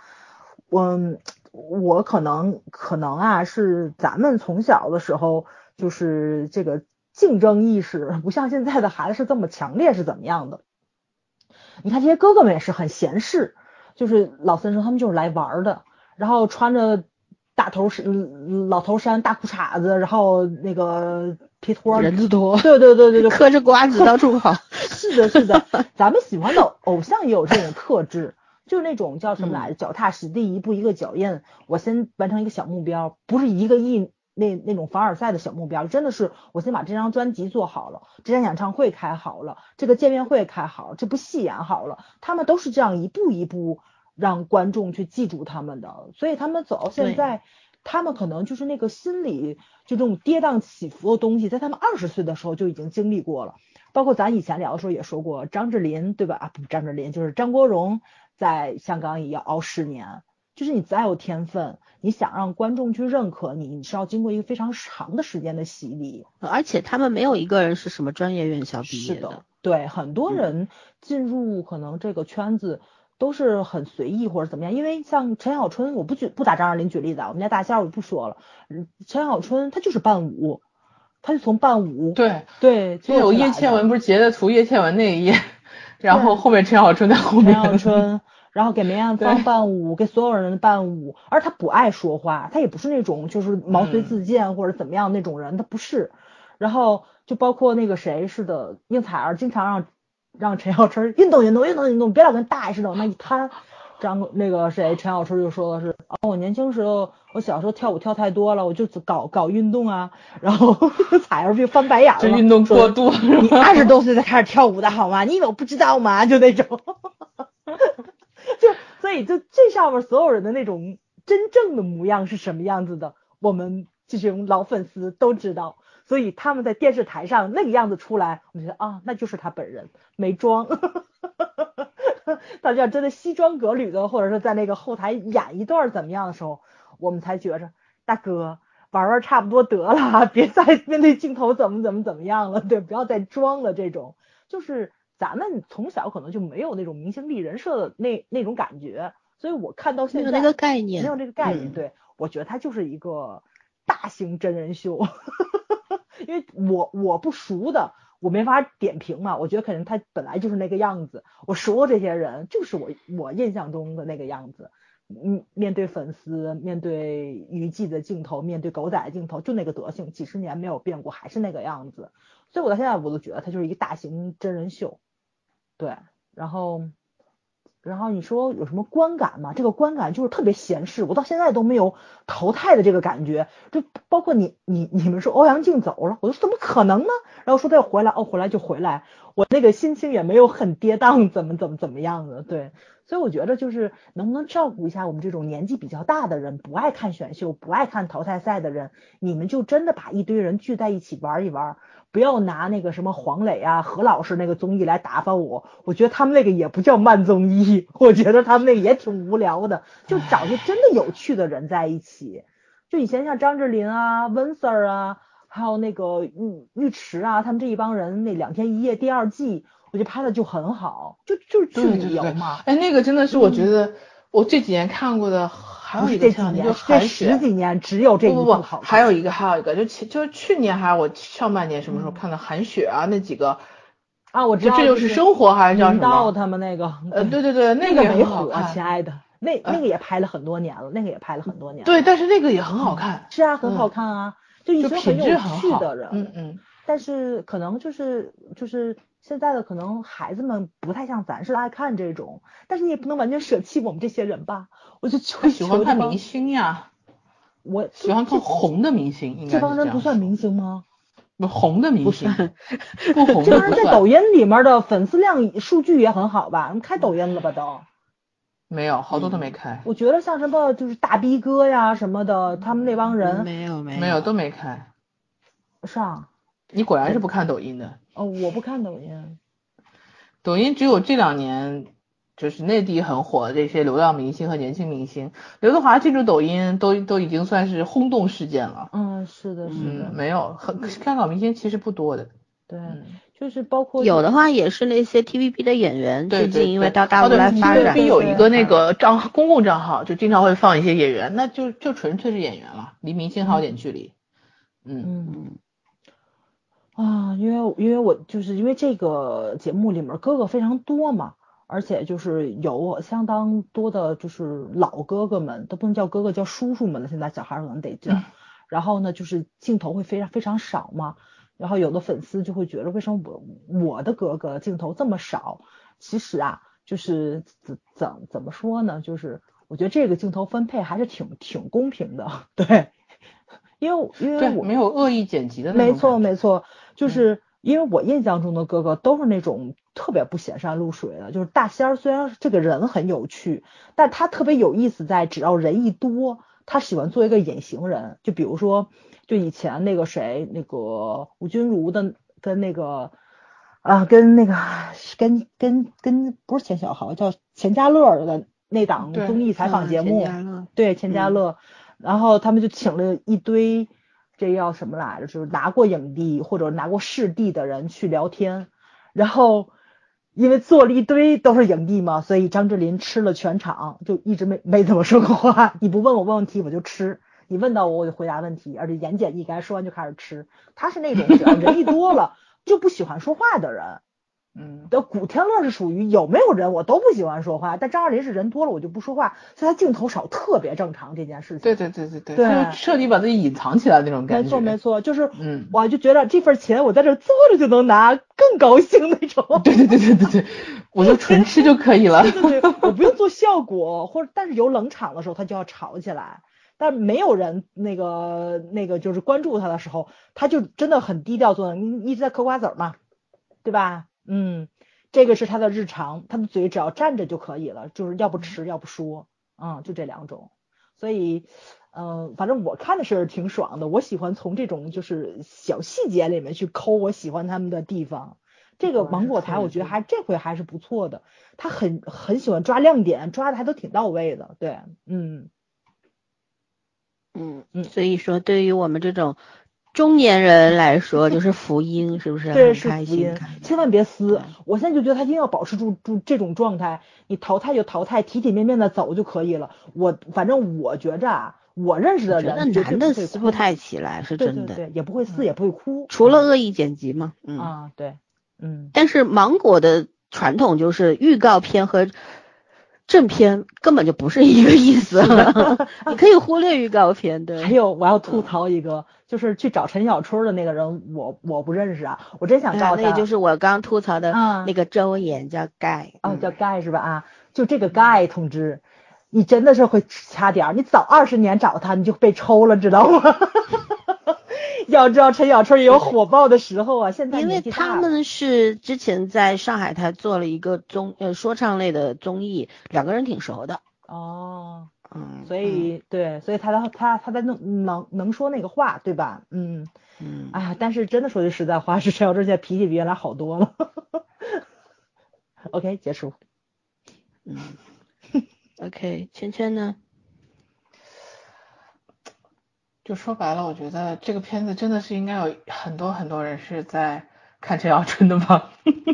我可能啊是咱们从小的时候就是这个竞争意识不像现在的孩子是这么强烈是怎么样的？你看这些哥哥们也是很闲适，就是老三说他们就是来玩的，然后穿着老头衫大裤衩子，然后那个皮拖
人字拖，
对，
嗑着瓜子到处跑。
是的，咱们喜欢的偶像也有这种特质，就是那种叫什么来着，脚踏实地，一步一个脚印。我先完成一个小目标，不是1个亿那种凡尔赛的小目标，真的是我先把这张专辑做好了，这场演唱会开好了，这个见面会开好了，这部戏演好了，他们都是这样一步一步让观众去记住他们的，所以他们走到现在，他们可能就是那个心理就这种跌宕起伏的东西，在他们20岁的时候就已经经历过了。包括咱以前聊的时候也说过，张智霖对吧？不是张智霖，就是张国荣在香港也要熬10年。就是你再有天分，你想让观众去认可你，你是要经过一个非常长的时间的洗礼。
而且他们没有一个人是什么专业院校毕业的。
对，很多人进入可能这个圈子都是很随意或者怎么样，因为像陈小春，我不打张智霖举例子，我们家大仙我就不说了，陈小春他就是伴舞。他就从伴舞对，
就有叶倩文不是截的图叶倩文那一页，然后后面陈小春在后面，
陈小春，然后给梅艳芳伴舞，给所有人伴舞，而他不爱说话，他也不是那种就是毛遂自荐或者怎么样那种人，他不是。然后就包括那个谁似的，应采儿经常让陈小春运动，别老跟大爷似的往那一摊。那个谁陈小春就说的是我年轻时候我小时候跳舞跳太多了，我就搞运动啊，然后采儿就翻白眼了，
这运动过度，
你20多岁才开始跳舞的好吗？你以为我不知道吗？就那种所以就这上面所有人的那种真正的模样是什么样子的，我们这种老粉丝都知道。 所以他们在电视台上那个样子出来，我觉得啊，那就是他本人，没装。他要真的西装革履的，或者是在那个后台演一段怎么样的时候，我们才觉着大哥玩玩差不多得了，别再面对镜头怎么样了，对，不要再装了。这种就是咱们从小可能就没有那种明星立人设的那种感觉，所以我看到现在
没有那个概念，
没有这个概念，对，我觉得它就是一个大型真人秀。因为我不熟的，我没法点评嘛，我觉得可能他本来就是那个样子，我熟的这些人就是我印象中的那个样子。面对粉丝，面对娱记的镜头，面对狗仔的镜头，就那个德行，几十年没有变过，还是那个样子。所以我到现在我都觉得它就是一个大型真人秀。对，然后你说有什么观感吗？这个观感就是特别闲适，我到现在都没有淘汰的这个感觉。就包括你们说欧阳靖走了，我说怎么可能呢？然后说他要回来，回来就回来，我那个心情也没有很跌宕，怎么样的。对，所以我觉得就是能不能照顾一下我们这种年纪比较大的人，不爱看选秀，不爱看淘汰赛的人，你们就真的把一堆人聚在一起玩一玩。不要拿那个什么黄磊啊、何老师那个综艺来打发我觉得他们那个也不叫慢综艺，我觉得他们那个也挺无聊的，就找些真的有趣的人在一起。就以前像张智霖啊、温 Sir 啊，还有那个尉迟啊，他们这一帮人那2天1夜第2季，我觉得拍的就很好，就是去旅游嘛。
哎，那个真的是我觉得我这几年看过的。还有一个前两年就
这10几年只有这一部好看。
还有一个就是去年还是我上半年什么时候看的韩雪啊那几个
啊，我知道
这就是生活还是叫什么？
到他们那个
对，
那个没火，
好看，
亲爱的，那个也拍了很多年了，
对，但是那个也很好看。
是啊，很好看啊，就一群很有趣的
人。
但是可能就是现在的可能孩子们不太像咱是爱看这种，但是你也不能完全舍弃我们这些人吧。我就
喜欢看明星呀，我喜欢看红的明星，应该
这帮人不算明星吗？
不，红的明星不红的不算。
这帮人在抖音里面的粉丝量数据也很好吧？你开抖音了吧都？
没有，好多都没开。
我觉得像什么就是大逼哥呀什么的，他们那帮人
没
有都没开。
是啊。
你果然是不看抖音的。
我不看抖音。
抖音只有这2年就是内地很火的这些流量明星和年轻明星。刘德华进入抖音都已经算是轰动事件了。
是的。
没有，香港明星其实不多的。
对，就是包括
有的话也是那些 TVB 的演员，最近因为到大陆来发展。
TVB 有一个那个公共账号，就经常会放一些演员，那就纯粹是演员了，离明星还有点距离。
因为我就是因为这个节目里面哥哥非常多嘛，而且就是有相当多的就是老哥哥们，都不能叫哥哥，叫叔叔们了，现在小孩可能得叫。然后呢，就是镜头会非常非常少嘛，然后有的粉丝就会觉得为什么我的哥哥镜头这么少？其实啊，就是怎么说呢？就是我觉得这个镜头分配还是挺公平的，对。因为我
没有恶意剪辑的那
种。没错，就是因为我印象中的哥哥都是那种特别不显山露水的，就是大仙儿虽然这个人很有趣，但他特别有意思在只要人一多，他喜欢做一个隐形人。就比如说，就以前那个谁，那个吴君如的跟那个跟不是钱小豪，叫钱嘉乐的那档综艺采访节目，对，钱嘉乐。然后他们就请了一堆这要什么来着，就是拿过影帝或者拿过视帝的人去聊天，然后因为做了一堆都是影帝嘛，所以张智霖吃了全场，就一直没怎么说过话。你不问我问题我就吃，你问到我就回答问题，而且言简意赅，说完就开始吃。他是那种只要人一多了就不喜欢说话的人。古天乐是属于有没有人我都不喜欢说话，但张智霖是人多了我就不说话，所以他镜头少特别正常这件事情。
对，就彻底把自己隐藏起来那种感觉。
没错，就是我就觉得这份钱我在这坐着就能拿，更高兴那种。
对，我就纯吃就可以了。
对，我不用做效果，或者但是有冷场的时候他就要吵起来，但没有人那个就是关注他的时候，他就真的很低调坐，你一直在嗑瓜子嘛，对吧？这个是他的日常，他的嘴只要站着就可以了，就是要不吃要不说，就这2种。所以反正我看的是挺爽的，我喜欢从这种就是小细节里面去抠我喜欢他们的地方。这个芒果台我觉得这回还是不错的，他很喜欢抓亮点，抓的还都挺到位的，对，
所以说对于我们这种中年人来说就是福音，是不是？
这
很
是福音，
开心看
千万别撕。我现在就觉得他一定要保持住这种状态，你淘汰就淘汰，体体面面的走就可以了。反正我觉着啊，我认识的人绝对
男的
不会哭，
撕不太起来，是真的。
对，也不会撕，也不会哭。
除了恶意剪辑嘛，
对，
但是芒果的传统就是预告片和正片根本就不是一个意思你可以忽略预告片。对，
还有我要吐槽一个，就是去找陈小春的那个人，我不认识啊，我真想告诉他，
那个就是我刚吐槽的那个周岩叫盖，
叫盖是吧？就这个盖同志，你真的是会掐点儿，你早20年找他，你就被抽了，知道吗？要知道陈小春也有火爆的时候啊，现在
因为他们是之前在上海台做了一个说唱类的综艺，两个人挺熟的。
所以对，所以他在能说那个话，对吧？哎呀，但是真的说句实在话，是陈小春现在脾气比原来好多了。OK， 结束。
OK， 圈圈呢？
就说白了，我觉得这个片子真的是应该有很多很多人是在看陈小春的吧。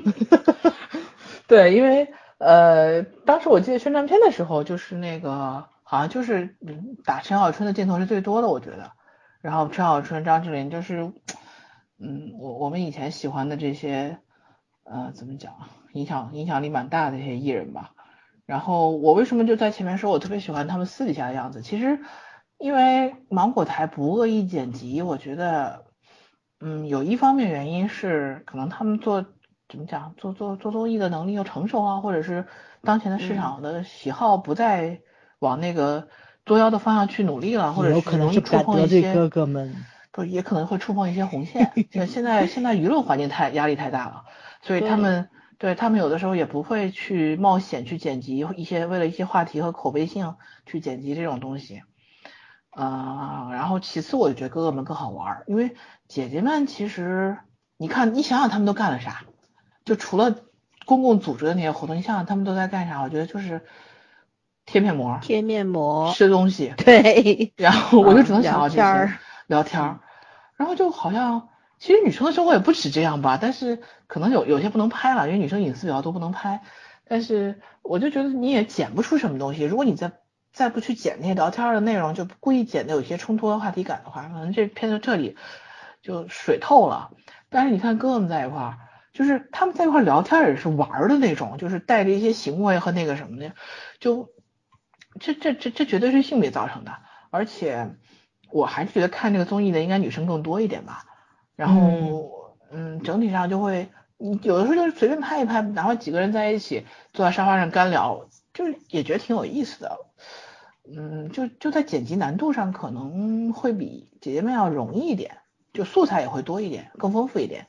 对，因为当时我记得宣传片的时候，就是那个好像就是打陈小春的镜头是最多的，我觉得。然后陈小春、张智霖就是我们以前喜欢的这些怎么讲，影响力蛮大的这些艺人吧。然后我为什么就在前面说我特别喜欢他们私底下的样子，其实因为芒果台不恶意剪辑，我觉得有一方面原因是可能他们做综艺的能力又成熟啊，或者是当前的市场的喜好不再往那个作妖的方向去努力了，或者是容易触碰一些
哥哥们，
不也可能会触碰一些红线。现在舆论环境压力太大了，所以他们有的时候也不会去冒险去剪辑为了一些话题和口碑性去剪辑这种东西。然后其次我就觉得哥哥们更好玩，因为姐姐们其实你想想他们都干了啥，就除了公共组织的那些活动，你想想他们都在干啥，我觉得就是贴面膜吃东西，
对，
然后我就只能想到这些聊天，然后就好像其实女生的生活也不止这样吧，但是可能有些不能拍了，因为女生隐私比较多不能拍，但是我就觉得你也剪不出什么东西，如果你再不去剪那些聊天的内容，就故意剪的有些冲突和话题感的话，可能这片子这里就水透了。但是你看哥哥们在一块儿，就是他们在一块儿聊天也是玩的那种，就是带着一些行为和那个什么的，就这绝对是性别造成的。而且我还是觉得看这个综艺的应该女生更多一点吧。然后整体上就会你有的时候就是随便拍一拍，哪怕几个人在一起坐在沙发上干聊，就是也觉得挺有意思的。就在剪辑难度上可能会比姐姐们要容易一点，就素材也会多一点，更丰富一点。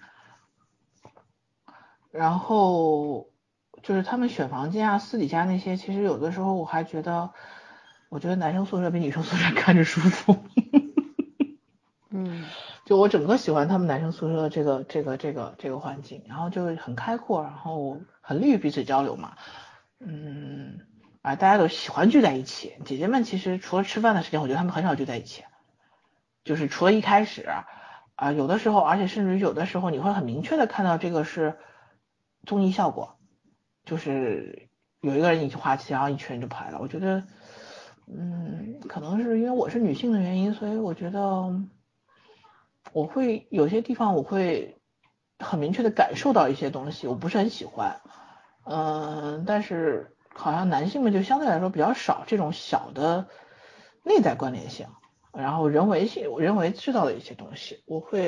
然后就是他们选房间啊，私底下那些，其实有的时候我觉得男生宿舍比女生宿舍看着舒服。就我整个喜欢他们男生宿舍的这个环境，然后就很开阔，然后很利于彼此交流嘛。大家都喜欢聚在一起。姐姐们其实除了吃饭的时间，我觉得他们很少聚在一起，就是除了一开始有的时候，而且甚至于有的时候你会很明确的看到这个是综艺效果，就是有一个人引起话题，然后一群人就跑来了。我觉得可能是因为我是女性的原因，所以我觉得我会有些地方我会很明确的感受到一些东西，我不是很喜欢。但是好像男性们就相对来说比较少这种小的内在关联性，然后人为制造的一些东西，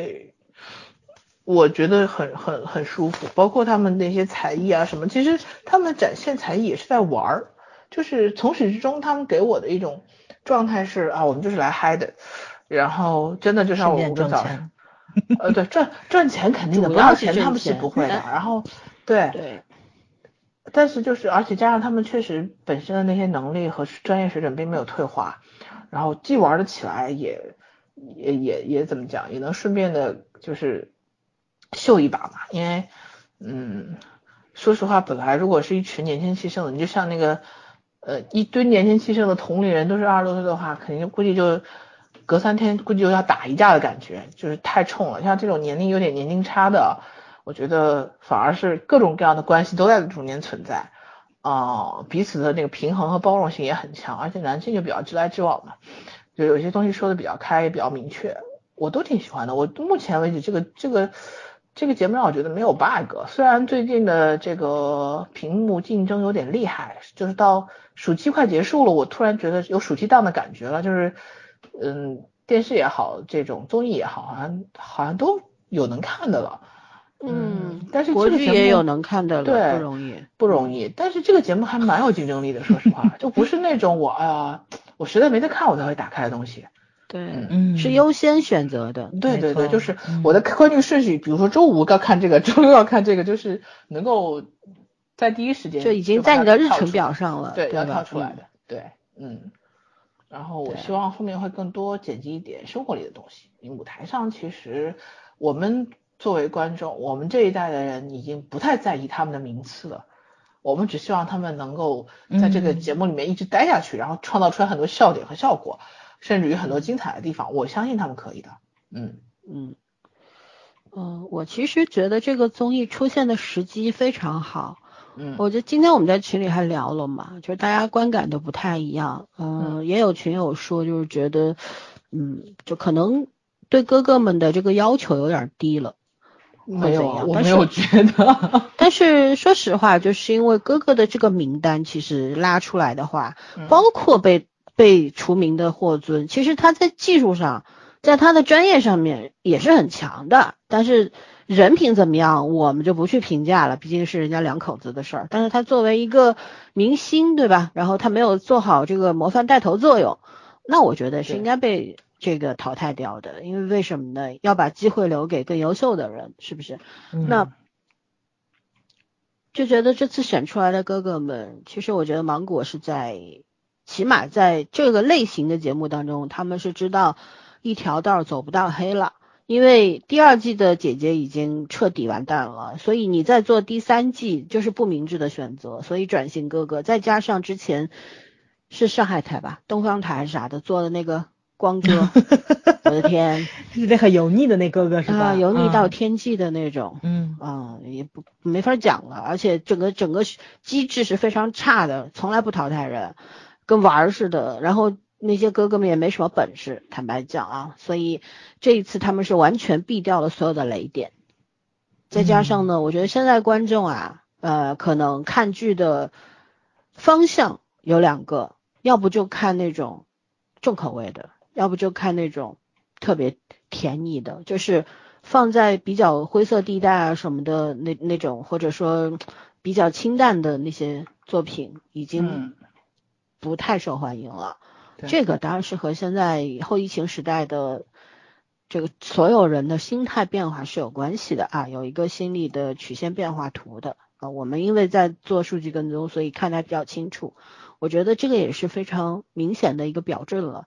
我觉得很舒服。包括他们那些才艺啊什么，其实他们展现才艺也是在玩，就是从始至终他们给我的一种状态是我们就是来嗨的，然后真的就像我们早上对赚钱肯定的，不要钱他们是不会的，然后对，但是就是而且加上他们确实本身的那些能力和专业水准并没有退化， 然后既玩得起来也怎么讲，也能顺便的就是秀一把嘛。因为说实话，本来如果是一群年轻气盛的，你就像那个一堆年轻气盛的同龄人都是20多岁的话，肯定估计就隔3天估计就要打一架的感觉，就是太冲了。像这种年龄有点年龄差的，我觉得反而是各种各样的关系都在中间存在，彼此的那个平衡和包容性也很强，而且男性就比较直来直往嘛，就有些东西说的比较开，也比较明确，我都挺喜欢的。我目前为止这个节目让我觉得没有 bug， 虽然最近的这个屏幕竞争有点厉害，就是到暑期快结束了，我突然觉得有暑期档的感觉了，就是电视也好，这种综艺也好，好像都有能看的了。但是
国
这个节目
剧也有能看的了，
对，
不容易，
不容易。但是这个节目还蛮有竞争力的，说实话，就不是那种我实在没得看我才会打开的东西。
对，是优先选择的。
对对对，
没错
就是我的观剧顺序，比如说周5要看这个，周6要看这个，就是能够在第一时间
就已经在你的日程表上了，
对，要
吧
跳出来的，对，然后我希望后面会更多剪辑一点生活里的东西。因为舞台上其实我们作为观众，我们这一代的人已经不太在意他们的名次了，我们只希望他们能够在这个节目里面一直待下去，然后创造出来很多笑点和效果，甚至于很多精彩的地方，我相信他们可以的。
我其实觉得这个综艺出现的时机非常好。我觉得今天我们在群里还聊了嘛，就是大家观感都不太一样。也有群友说，就是觉得，就可能对哥哥们的这个要求有点低了。
没有，我没有觉得。
但是说实话，就是因为哥哥的这个名单其实拉出来的话，包括被除名的霍尊，其实他在技术上，在他的专业上面也是很强的，但是人品怎么样我们就不去评价了，毕竟是人家两口子的事儿。但是他作为一个明星，对吧，然后他没有做好这个模范带头作用，那我觉得是应该被这个淘汰掉的。因为为什么呢？要把机会留给更优秀的人，是不是？那就觉得这次选出来的哥哥们，其实我觉得芒果是起码在这个类型的节目当中，他们是知道一条道走不到黑了。因为第2季的姐姐已经彻底完蛋了，所以你再做第3季就是不明智的选择，所以转型哥哥，再加上之前是上海台吧，东方台还是啥的做的那个光哥，我的天，
是那很油腻的那哥哥是吧？
油腻到天际的那种，也没法讲了，而且整个机制是非常差的，从来不淘汰人，跟玩似的，然后那些哥哥们也没什么本事，坦白讲啊，所以这一次他们是完全避掉了所有的雷点。再加上呢，我觉得现在观众可能看剧的方向有2个，要不就看那种重口味的，要不就看那种特别甜腻的，就是放在比较灰色地带什么的那种，或者说比较清淡的那些作品，已经不太受欢迎了。这个当然是和现在后疫情时代的这个所有人的心态变化是有关系的有一个心理的曲线变化图的我们因为在做数据跟踪，所以看得比较清楚。我觉得这个也是非常明显的一个表证了。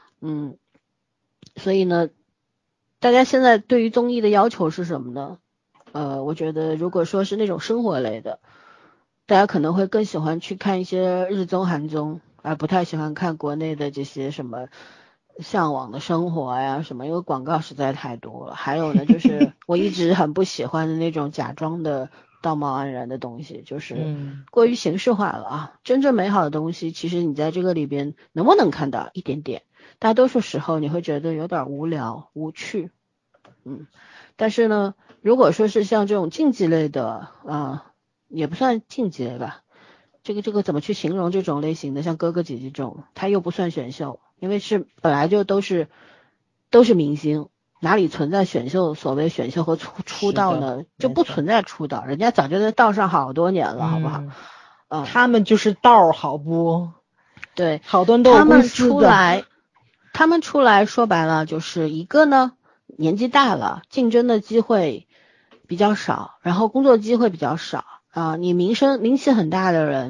所以呢，大家现在对于综艺的要求是什么呢？我觉得如果说是那种生活类的，大家可能会更喜欢去看一些日综韩综，而不太喜欢看国内的这些什么向往的生活呀什么，因为广告实在太多了。还有呢，就是我一直很不喜欢的那种假装的道貌岸然的东西，就是过于形式化了真正美好的东西，其实你在这个里边能不能看到一点点，大多数时候你会觉得有点无聊无趣。但是呢，如果说是像这种竞技类的也不算竞技类吧，这个怎么去形容这种类型的，像哥哥姐姐这种，它又不算选秀，因为是本来就都是明星，哪里存在选秀，所谓选秀和出道呢？就不存在出道，人家早就在道上好多年了，好不好？
他们就是道好不？
对，
好多人都有公司的。
他们出来说白了就是一个呢，年纪大了，竞争的机会比较少，然后工作机会比较少你名气很大的人，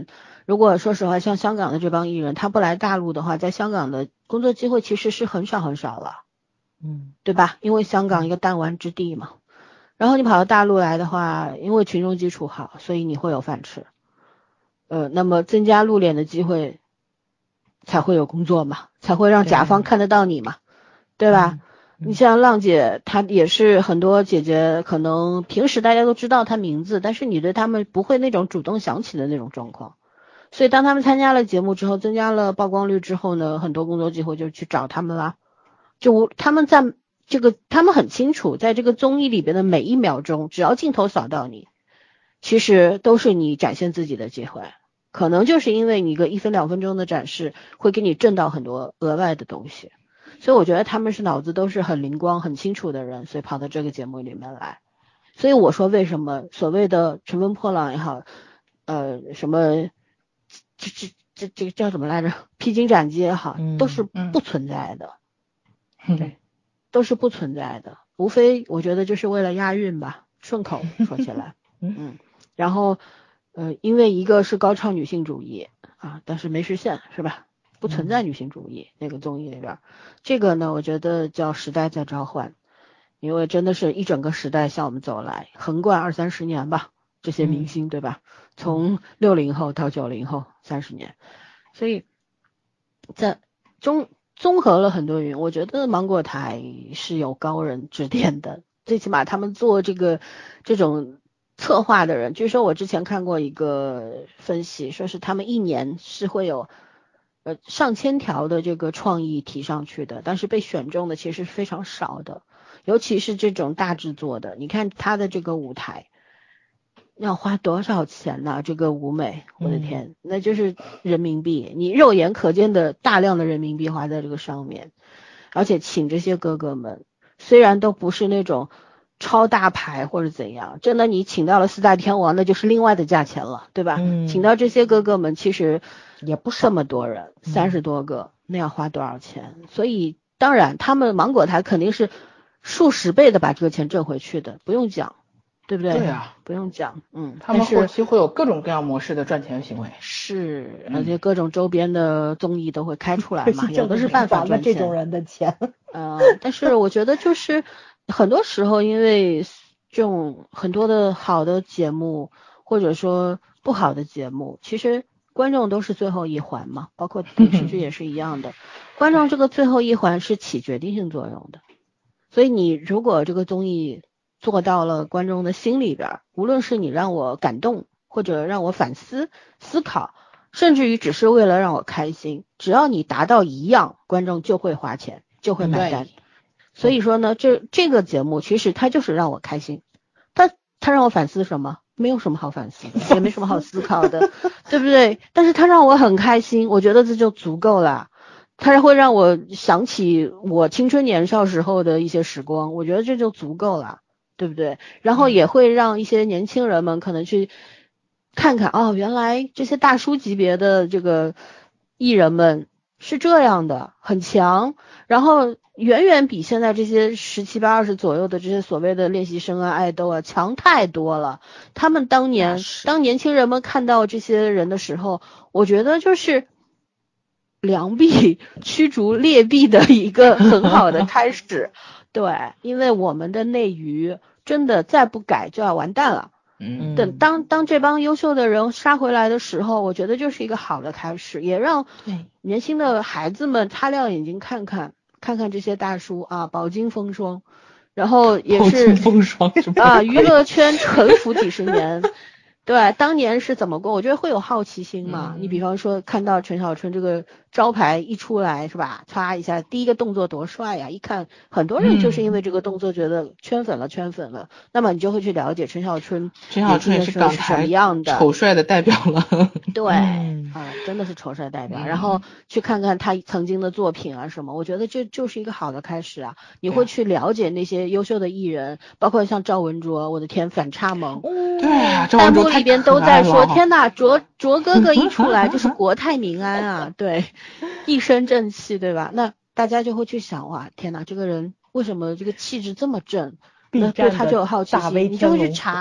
如果说实话，像香港的这帮艺人，他不来大陆的话，在香港的工作机会其实是很少很少了，对吧？因为香港一个弹丸之地嘛。然后你跑到大陆来的话，因为群众基础好，所以你会有饭吃。那么增加露脸的机会，才会有工作嘛，才会让甲方看得到你嘛，对吧？你像浪姐，她也是很多姐姐可能平时大家都知道她名字，但是你对她们不会那种主动想起的那种状况。所以当他们参加了节目之后，增加了曝光率之后呢，很多工作机会就去找他们啦。就他们在这个，他们很清楚，在这个综艺里边的每一秒钟，只要镜头扫到你，其实都是你展现自己的机会。可能就是因为你一个1分2分钟的展示，会给你挣到很多额外的东西。所以我觉得他们是脑子都是很灵光、很清楚的人，所以跑到这个节目里面来。所以我说为什么所谓的乘风破浪也好，什么这个叫什么来着？披荆斩棘也好，都是不存在的。对，都是不存在的，无非我觉得就是为了押韵吧，顺口说起来。然后因为一个是高唱女性主义啊，但是没实现是吧？不存在女性主义那个综艺里边。这个呢，我觉得叫时代在召唤，因为真的是一整个时代向我们走来，横贯20-30年吧，这些明星对吧？从60后到90后30年，所以在综合了很多原因，我觉得芒果台是有高人指点的，最起码他们做这种策划的人，据说我之前看过一个分析，说是他们一年是会有上千条的这个创意提上去的，但是被选中的其实是非常少的，尤其是这种大制作的。你看他的这个舞台要花多少钱呢？这个舞美，我的天，那就是人民币，你肉眼可见的大量的人民币花在这个上面，而且请这些哥哥们，虽然都不是那种超大牌或者怎样，真的你请到了4大天王，那就是另外的价钱了，对吧？请到这些哥哥们，其实也不这么多人，30多个，那要花多少钱？所以当然，他们芒果台肯定是数十倍的把这个钱挣回去的，不用讲。对不对？
对啊，
不用讲，
他们后期会有各种各样模式的赚钱行为，
是，而且各种周边的综艺都会开出来嘛，有的是办法赚
钱，这种人的钱，
但是我觉得就是很多时候，因为这种很多的好的节目或者说不好的节目，其实观众都是最后一环嘛，包括电视剧也是一样的，观众这个最后一环是起决定性作用的，所以你如果这个综艺做到了观众的心里边，无论是你让我感动，或者让我反思思考，甚至于只是为了让我开心，只要你达到一样，观众就会花钱，就会买单。所以说呢，这个节目其实它就是让我开心，它让我反思什么？没有什么好反思的，也没什么好思考的，对不对？但是它让我很开心，我觉得这就足够了。它会让我想起我青春年少时候的一些时光，我觉得这就足够了。对不对？然后也会让一些年轻人们可能去看看，哦，原来这些大叔级别的这个艺人们是这样的，很强，然后远远比现在这些17、18、20左右的这些所谓的练习生啊、爱豆啊强太多了。他们当年轻人们看到这些人的时候，我觉得就是良币驱逐劣币的一个很好的开始。对，因为我们的内娱真的再不改就要完蛋了。等当这帮优秀的人杀回来的时候，我觉得就是一个好的开始，也让年轻的孩子们擦亮眼睛看看这些大叔啊，饱经风霜，然后也是娱乐圈沉浮几十年。对，当年是怎么过？我觉得会有好奇心嘛。你比方说看到陈小春这个招牌一出来是吧，唰一下第一个动作多帅呀！一看很多人就是因为这个动作觉得圈粉了，那么你就会去了解陈小春
也是港台
什么样的
丑帅的代表了。
对，真的是丑帅代表。然后去看看他曾经的作品啊什么，我觉得这就是一个好的开始啊。你会去了解那些优秀的艺人，包括像赵文卓，我的天，反差萌。
对啊，
弹幕里边都在说，天哪，卓哥哥一出来就是国泰民安啊，对，一身正气，对吧？那大家就会去想，哇，天哪，这个人为什么这个气质这么正？那对他就有好奇心，你就会去查，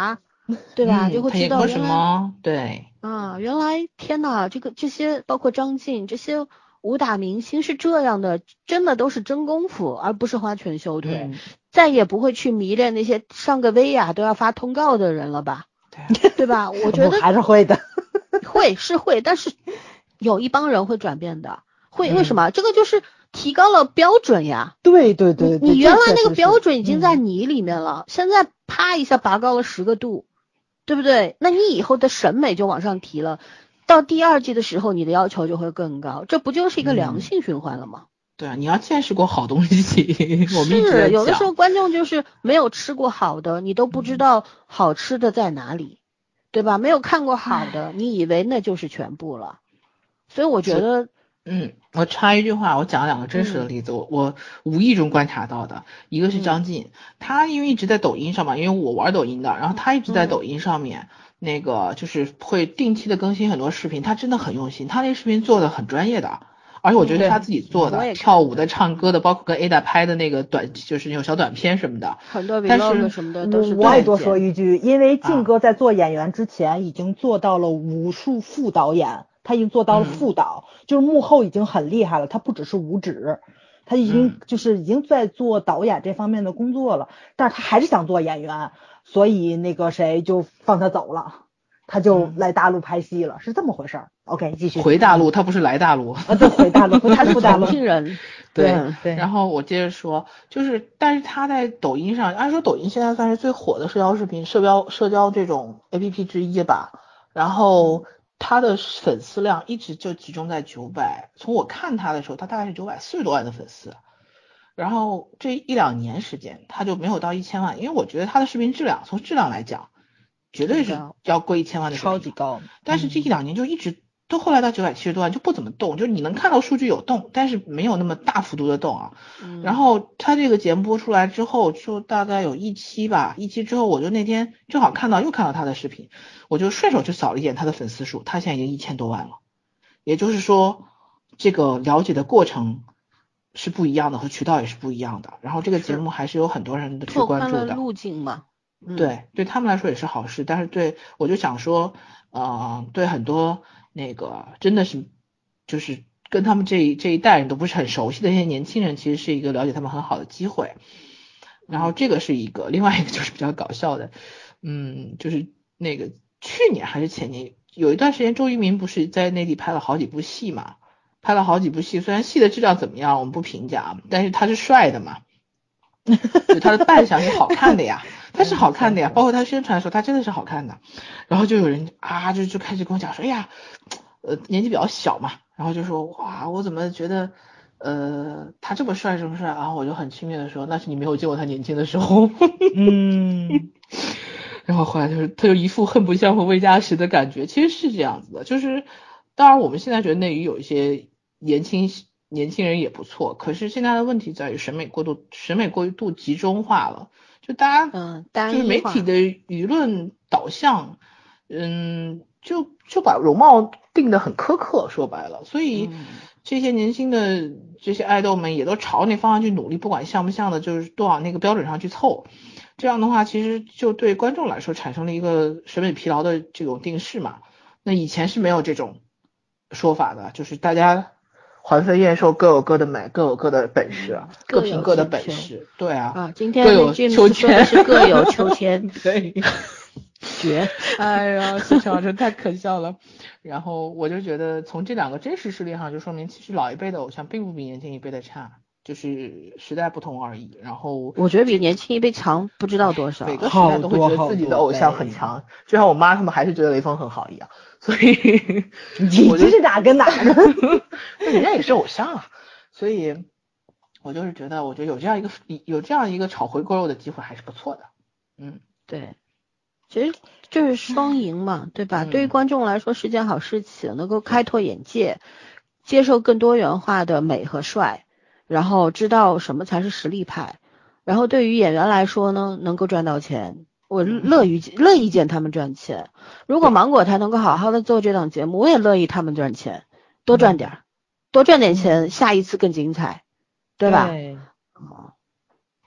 对吧？就会
他演过
知道原来
什么？对，
啊，原来天呐，这些包括张晋这些武打明星是这样的，真的都是真功夫，而不是花拳绣腿，再也不会去迷恋那些上个薇娅都要发通告的人了吧？对吧？我觉得
还是会的，
会，但是有一帮人会转变的，为什么？这个就是提高了标准呀。
对，
你原来那个标准已经在
你
你里面了，现在啪一下拔高了10个度，对不对？那你以后的审美就往上提了，到第2季的时候，你的要求就会更高，这不就是一个良性循环了吗？
对啊，你要见识过好东西，我们一直在
是，有的
讲
时候观众就是没有吃过好的，你都不知道好吃的在哪里，对吧？没有看过好的，你以为那就是全部了。所以我觉得，
我插一句话，我讲2个真实的例子，我无意中观察到的，一个是张晋，他因为一直在抖音上嘛，因为我玩抖音的，然后他一直在抖音上面，那个就是会定期的更新很多视频，他真的很用心，他那视频做的很专业的，而且我觉得他自己做的，跳舞的、唱歌的，包括跟 Ada 拍的那个就是那种小短片什么的，
很多 vlog 什么的都是。
我也多说一句，因为晋哥在做演员之前已经做到了武术副导演。他已经做到了副导，就是幕后已经很厉害了，他不只是武指，他已经在做导演这方面的工作了，但是他还是想做演员，所以那个谁就放他走了，他就来大陆拍戏了，是这么回事儿。OK， 继续。
回大陆，他不是来大陆
啊，对，回大陆，他是大陆
人。
对。然后我接着说，但是他在抖音上，按说抖音现在算是最火的社交视频、社交这种 APP 之一吧，然后他的粉丝量一直就集中在900，从我看他的时候，他大概是940多万的粉丝，然后这1-2年时间他就没有到1000万，因为我觉得他的视频质量，从质量来讲，绝对是要过1000万的，
超级高。
但是这1-2年就一直都后来到970多万就不怎么动，就是你能看到数据有动，但是没有那么大幅度的动啊。然后他这个节目播出来之后，就大概有1期吧，1期之后我就那天正好看到他的视频，我就顺手去扫了一眼他的粉丝数，他现在已经1000多万了。也就是说，这个了解的过程是不一样的，和渠道也是不一样的。然后这个节目还是有很多人的去关注的。
路径嘛。
对他们来说也是好事，但是我就想说，对很多那个真的是就是跟他们这一代人都不是很熟悉的那些年轻人，其实是一个了解他们很好的机会。然后这个是一个，另外一个就是比较搞笑的，就是那个去年还是前年有一段时间，周渝民不是在内地拍了好几部戏嘛，虽然戏的质量怎么样我们不评价，但是他是帅的嘛，就他的扮相是好看的呀。他是好看的呀，包括他宣传的时候他真的是好看的。然后就有人就开始跟我讲说，哎呀，年纪比较小嘛，然后就说哇，我怎么觉得他这么帅这么帅，然后我就很轻蔑的说，那是你没有见过他年轻的时候。然后后来他就一副恨不相逢未嫁时的感觉，其实是这样子的，就是当然我们现在觉得内娱有一些年轻人也不错，可是现在的问题在于审美过度集中化了。就大家就是媒体的舆论导向，就把容貌定得很苛刻，说白了，所以这些年轻的这些爱豆们也都朝那方向去努力，不管像不像的，就是都往那个标准上去凑。这样的话，其实就对观众来说产生了一个审美疲劳的这种定势嘛。那以前是没有这种说法的，就是大家环肥燕瘦，各有各的美，各有各的本事，各凭各的本事。对啊，
今天各有秋千，是各有秋千。
对，
绝！
哎呀，市场真太可笑了。然后我就觉得从这2个真实事例上，就说明其实老一辈的偶像并不比年轻一辈的差，就是时代不同而已。然后
我觉得比年轻一辈强不知道多少。
每个时代都会觉得自己的偶像很强，就像我妈他们还是觉得雷锋很好一样。所以
你这是哪跟哪呢？
人家也是偶像啊。所以我就是觉得，我觉得有这样一个炒回锅肉的机会还是不错的。
对，其实就是双赢嘛，对吧？对于观众来说是件好事情，能够开拓眼界，接受更多元化的美和帅，然后知道什么才是实力派。然后对于演员来说呢，能够赚到钱，我乐意见他们赚钱。如果芒果台能够好好的做这档节目，我也乐意他们赚钱，多赚点钱，下一次更精彩，对吧？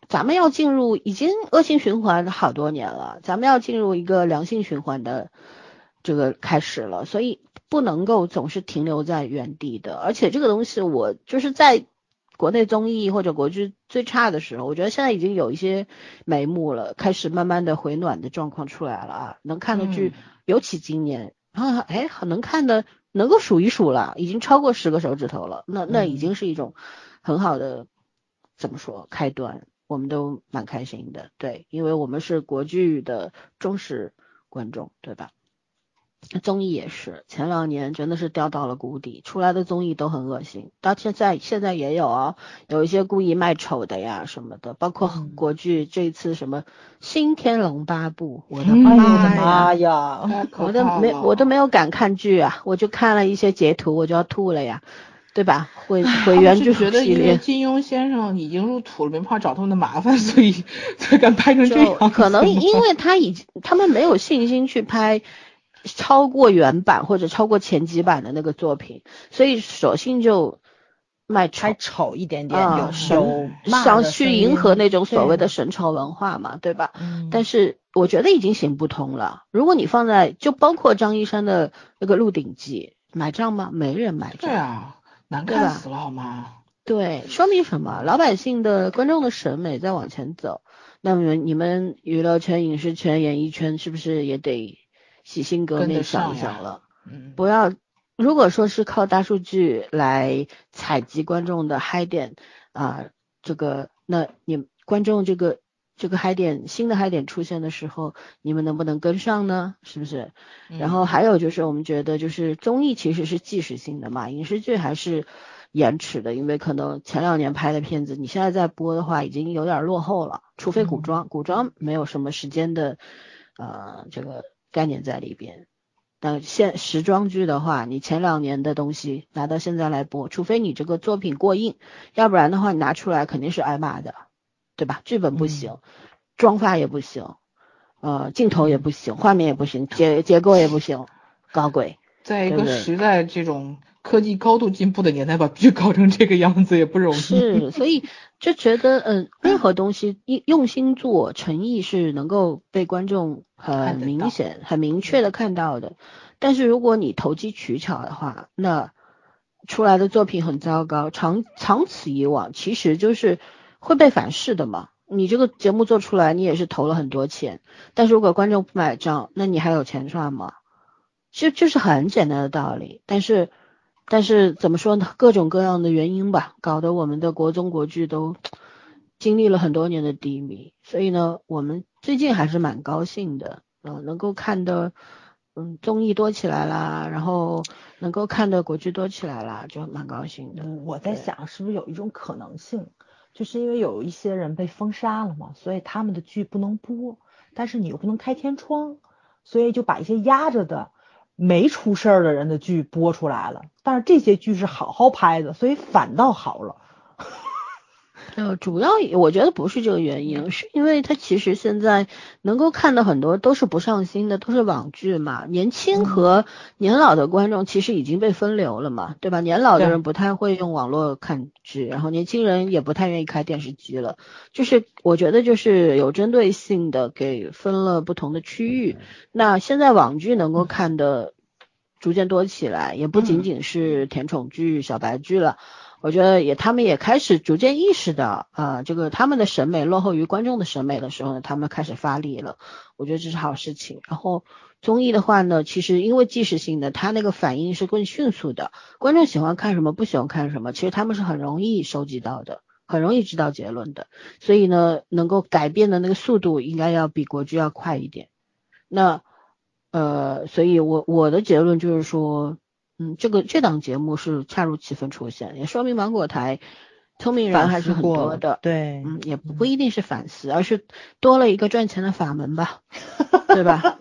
咱们要进入已经恶性循环好多年了，咱们要进入一个良性循环的这个开始了，所以不能够总是停留在原地的。而且这个东西我就是在国内综艺或者国剧最差的时候，我觉得现在已经有一些眉目了，开始慢慢的回暖的状况出来了啊，能看的剧尤其今年啊，能看的能够数一数了，已经超过10个手指头了，那已经是一种很好的怎么说开端，我们都蛮开心的。对，因为我们是国剧的忠实观众，对吧？综艺也是，前2年真的是掉到了谷底，出来的综艺都很恶心，到现在也有啊，有一些故意卖丑的呀什么的，包括国剧这一次什么新天龙八部，我的
妈呀，
我都没有敢看剧啊，我就看了一些截图，我就要吐了呀，对吧？毁原剧
觉得因为金庸先生已经入土了，没办法找他们的麻烦，所以才敢拍成这样。
可能因为他们没有信心去拍超过原版或者超过前几版的那个作品，所以索性就
拍丑一点点，有
想去迎合那种所谓的神丑文化嘛，对吧？但是我觉得已经行不通了。如果你放在就包括张一山的那个《鹿鼎记》，买账吗？没人买账。
对啊，难看死了好吗？
对，说明什么？老百姓的观众的审美在往前走，那么你们娱乐圈、影视圈、演艺圈是不是也得洗心革面想一想了？不要，如果说是靠大数据来采集观众的嗨点那你观众这个嗨点新的嗨点出现的时候，你们能不能跟上呢？是不是？然后还有就是我们觉得就是综艺其实是即时性的嘛，影视剧还是延迟的，因为可能前2年拍的片子，你现在在播的话已经有点落后了，除非古装没有什么时间的这个概念在里边。但时装剧的话，你前2年的东西拿到现在来播，除非你这个作品过硬，要不然的话你拿出来肯定是挨骂的，对吧？剧本不行，妆发也不行，镜头也不行，画面也不行，结构也不行，搞鬼。
在一个时代这种科技高度进步的年代，把剧搞成这个样子也不容易。
是，所以就觉得任何东西用心做，诚意是能够被观众很明显、很明确的看到的。但是如果你投机取巧的话，那出来的作品很糟糕，长此以往，其实就是会被反噬的嘛。你这个节目做出来，你也是投了很多钱，但是如果观众不买账，那你还有钱赚吗？就是很简单的道理。但是怎么说呢？各种各样的原因吧，搞得我们的国综国剧都经历了很多年的低迷。所以呢，我们最近还是蛮高兴的，能够看的综艺多起来啦，然后能够看的国剧多起来啦，就蛮高兴的。
我在想是不是有一种可能性，就是因为有一些人被封杀了嘛，所以他们的剧不能播，但是你又不能开天窗，所以就把一些压着的没出事儿的人的剧播出来了，但是这些剧是好好拍的，所以反倒好了。
主要我觉得不是这个原因，是因为它其实现在能够看的很多都是不上心的，都是网剧嘛。年轻和年老的观众其实已经被分流了嘛，对吧？年老的人不太会用网络看剧，然后年轻人也不太愿意开电视剧了。就是我觉得就是有针对性的给分了不同的区域。那现在网剧能够看的逐渐多起来，也不仅仅是甜宠剧、小白剧了。我觉得他们也开始逐渐意识到这个他们的审美落后于观众的审美的时候呢，他们开始发力了，我觉得这是好事情。然后综艺的话呢，其实因为即时性的，它那个反应是更迅速的，观众喜欢看什么不喜欢看什么，其实他们是很容易收集到的，很容易知道结论的，所以呢能够改变的那个速度应该要比国剧要快一点。那所以我的结论就是说这档节目是恰如其分出现，也说明芒果台聪明人还是很多的。
对，
也不一定是反思，而是多了一个赚钱的法门吧，对吧？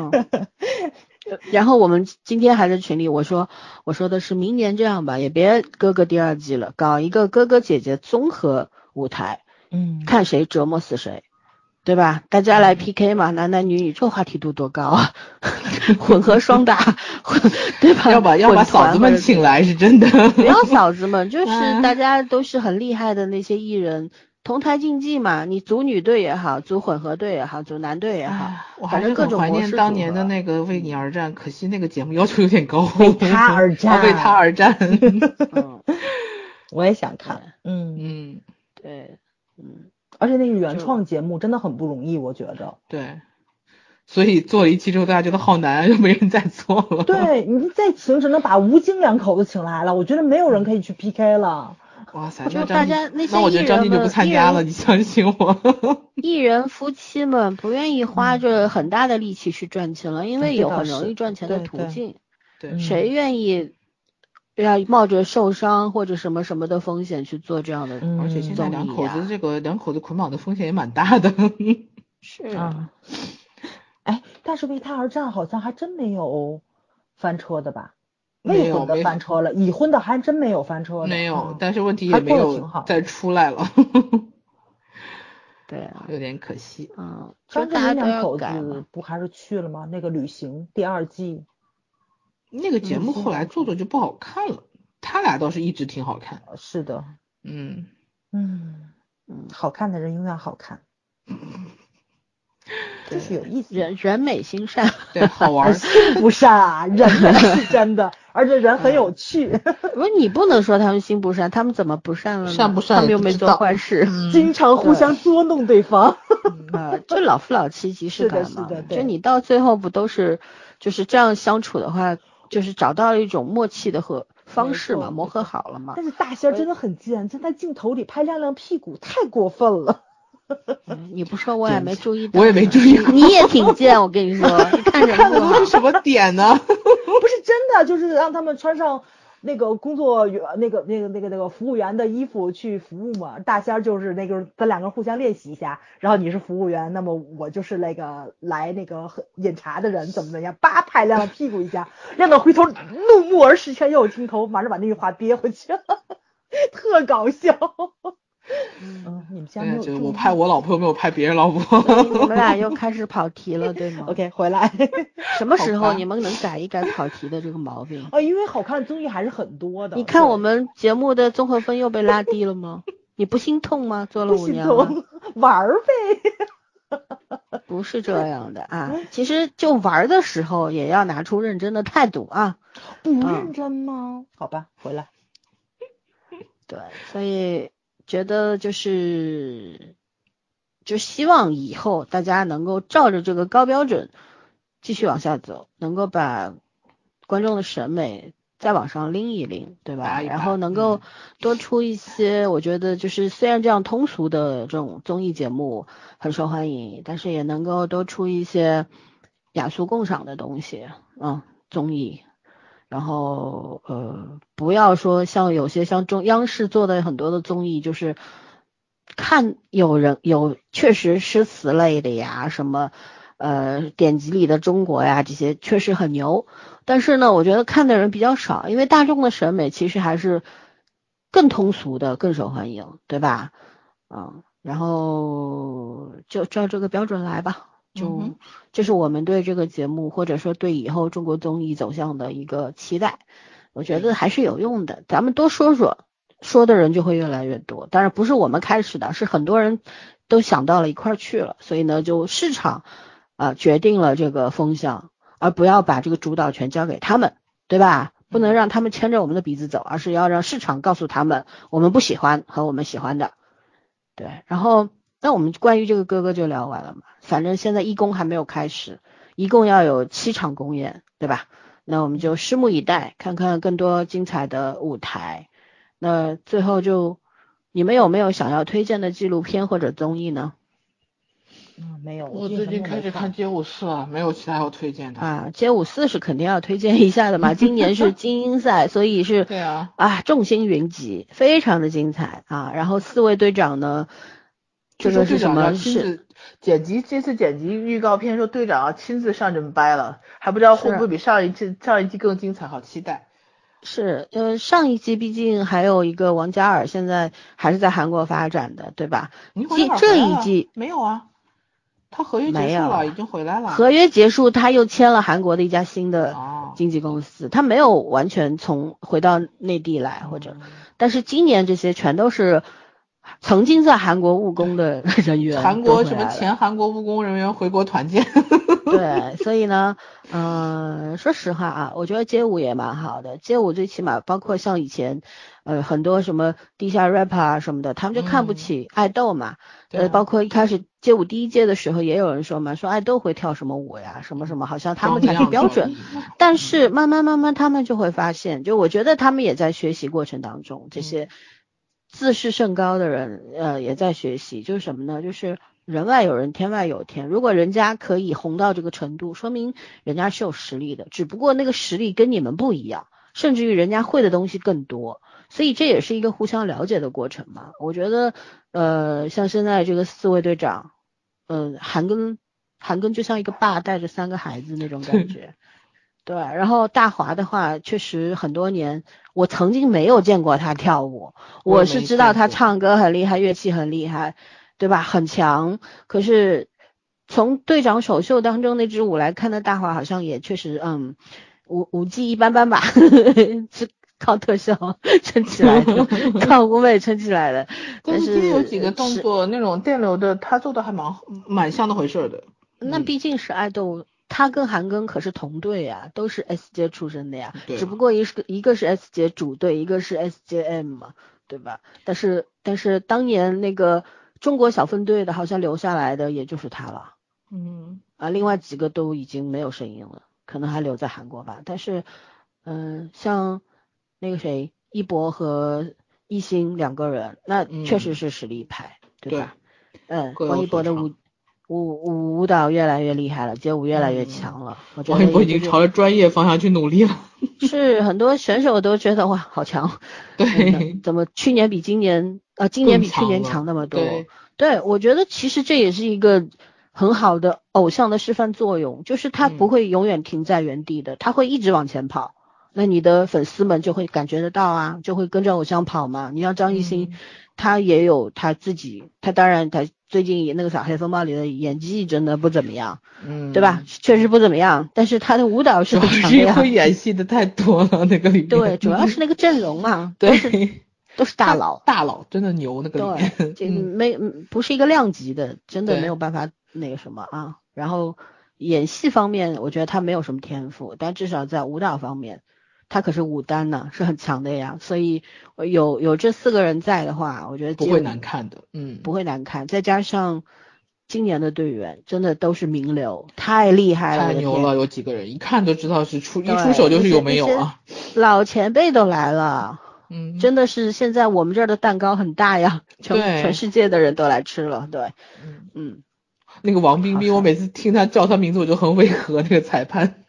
然后我们今天还在群里我说的是明年这样吧，也别哥哥第2季了，搞一个哥哥姐姐综合舞台，看谁折磨死谁。对吧？大家来 PK 嘛，男男女女，这话题度多高啊！混合双打，对吧？
要把嫂子们请来是真的。
不要嫂子们，就是大家都是很厉害的那些艺人， 同台竞技嘛，你组女队也好，组混合队也好，组男队也好，
我还是
反正各
很怀
种模式
念当年的
组合
那个为你而战，可惜那个节目要求有点高，
为他而战
为他而战。
嗯，
我也想看，
对，嗯，
而且那个原创节目真的很不容易，我觉得。
对，所以做了一期之后，大家觉得好难，就没人再做了。
对，你再请只能把吴京两口子请来了，我觉得没有人可以去 PK 了。
哇塞，
就大家那些
那我觉得张晋就不参加了，你相信我。
艺人夫妻们不愿意花着很大的力气去赚钱了，因为有很容易赚钱的途径。
对，
谁愿意要冒着受伤或者什么什么的风险去做这样的综艺啊？
而且现在两口子捆绑的风险也蛮大的。
是
啊，哎，但是为他而战好像还真没有翻车的吧？未婚的翻车了，已婚的还真没有翻车的。
没有，但是问题也没有再出来了。
对啊，
有点可惜。
张智霖两口子不还是去了吗？那个旅行第2季，
那个节目后来做就不好看了。他俩倒是一直挺好看。
是的，好看的人永远好看。就是有意思，
人美心善，
对，好玩。
心不善啊，人美是真的，而且人很有趣。
不是你不能说他们心不善，他们怎么不善了呢？
善不善？
他们又没做坏事，
经常互相捉弄对方。
就老夫老妻即视感嘛。
是的，
就你到最后不都是就是这样相处的话，就是找到了一种默契的方式嘛，磨合好了嘛。
但是大仙真的很贱，就在镜头里拍亮亮屁股，太过分了。
你不说我也没注意到，
我也没注意到，
你也挺贱，我跟你说，你看人
看的都是什么点呢？
不是真的，就是让他们穿上那个工作那个服务员的衣服去服务嘛。大仙就是那个咱两个人互相练习一下，然后你是服务员，那么我就是那个来那个饮茶的人，怎么样？叭拍亮了屁股一下，亮到回头怒目而视，却又有镜头，马上把那句话憋回去了，特搞笑。你们家没有？
我拍我老婆，又没有拍别人老婆。
你们俩又开始跑题了，对吗
？OK， 回来。
什么时候你们能改一改跑题的这个毛病？
因为好看的综艺还是很多的。
你看我们节目的综合分又被拉低了吗？你不心痛吗？做了5年了，
玩呗。
不是这样的啊，其实就玩的时候也要拿出认真的态度啊。
不认真吗？好吧，回来。
对，所以。觉得就希望以后大家能够照着这个高标准继续往下走，能够把观众的审美再往上拎一拎，对吧？然后能够多出一些，我觉得就是虽然这样通俗的这种综艺节目很受欢迎，但是也能够多出一些雅俗共赏的东西，综艺。然后不要说像有些像央视做的很多的综艺，就是看有确实诗词类的呀，什么典籍里的中国呀，这些确实很牛，但是呢我觉得看的人比较少，因为大众的审美其实还是更通俗的更受欢迎，对吧？然后就照这个标准来吧。这是我们对这个节目或者说对以后中国综艺走向的一个期待，我觉得还是有用的，咱们多说的人就会越来越多，当然不是我们开始的，是很多人都想到了一块去了，所以呢就市场决定了这个风向，而不要把这个主导权交给他们，对吧？不能让他们牵着我们的鼻子走，而是要让市场告诉他们我们不喜欢和我们喜欢的。对，然后那我们关于这个哥哥就聊完了嘛，反正现在一公还没有开始，一共要有7场公演，对吧？那我们就拭目以待，看看更多精彩的舞台。那最后你们有没有想要推荐的纪录片或者综艺呢？
没有，
我最近开始看街舞4了，没有其他要推荐的。
街舞4是肯定要推荐一下的嘛，今年是精英赛，所以是
对
众星云集，非常的精彩啊。然后4位队长呢，这个是什么？是
这次剪辑预告片说队长要亲自上阵掰了，还不知道会不会比上一季更精彩，好期待。
是，上一季毕竟还有一个王嘉尔，现在还是在韩国发展的，对吧？这一季
没有啊，他合约结束了，已经回来了。
合约结束，他又签了韩国的一家新的经纪公司，他没有完全回到内地来，或者，但是今年这些全都是曾经在韩国务工的人员，
韩国什么前韩国务工人员回国团建。
对，所以呢，说实话啊，我觉得街舞也蛮好的。街舞最起码包括像以前，很多什么地下 rapper 啊什么的，他们就看不起爱豆嘛。包括一开始街舞第一届的时候，也有人说嘛，说爱豆会跳什么舞呀，什么什么，好像他们才是标准。但是慢慢他们就会发现，就我觉得他们也在学习过程当中，这些自视甚高的人，也在学习，就是什么呢？就是人外有人，天外有天。如果人家可以红到这个程度，说明人家是有实力的，只不过那个实力跟你们不一样，甚至于人家会的东西更多，所以这也是一个互相了解的过程嘛。我觉得，像现在这个4位队长，韩庚就像一个爸带着3个孩子那种感觉。对，然后大华的话，确实很多年，我曾经没有见过他跳舞，我是知道他唱歌很厉害，乐器很厉害，对吧？很强。可是从队长首秀当中那支舞来看的大华，好像也确实，舞技一般般吧，是靠特效撑起来的，靠舞美撑起来的。但是
有几个动作那种电流的，他做的还蛮像那回事的。
那毕竟是爱豆。他跟韩庚可是同队呀，都是 S 阶出身的呀，只不过一个是 S 阶主队，一个是 SJM 嘛，对吧？但是当年那个中国小分队的好像留下来的也就是他了，另外几个都已经没有声音了，可能还留在韩国吧。但是像那个谁一博和一星2个人，那确实是实力派，对吧？王一博的舞蹈越来越厉害了，街舞越来越强了。我觉得
王一博已经朝着专业方向去努力了。
是很多选手都觉得哇，好强。
对，
怎么去年比今年比去年强那么多？对，我觉得其实这也是一个很好的偶像的示范作用，就是他不会永远停在原地的，他会一直往前跑。那你的粉丝们就会感觉得到啊，就会跟着偶像跑嘛。你像张艺兴，他也有他自己，他当然他最近那个小黑风暴里的演技真的不怎么样，对吧？确实不怎么样，但是他的舞蹈是很强的呀。
会演戏的太多了，那个里面。
对，主要是那个阵容嘛，
对，
都是大佬，
真的牛那个里面。
对，这个不是一个量级的，真的没有办法那个什么啊。然后演戏方面，我觉得他没有什么天赋，但至少在舞蹈方面。他可是舞担呢，是很强的呀，所以有这4个人在的话，我觉得
不会难看的，
不会难看。再加上今年的队员真的都是名流，太厉害了，
太牛了，有几个人一看就知道是一出手就是有没有啊。
老前辈都来了，真的是现在我们这儿的蛋糕很大呀，全世界的人都来吃了，对，
那个王冰冰，我每次听他叫他名字我就很违和，那个裁判。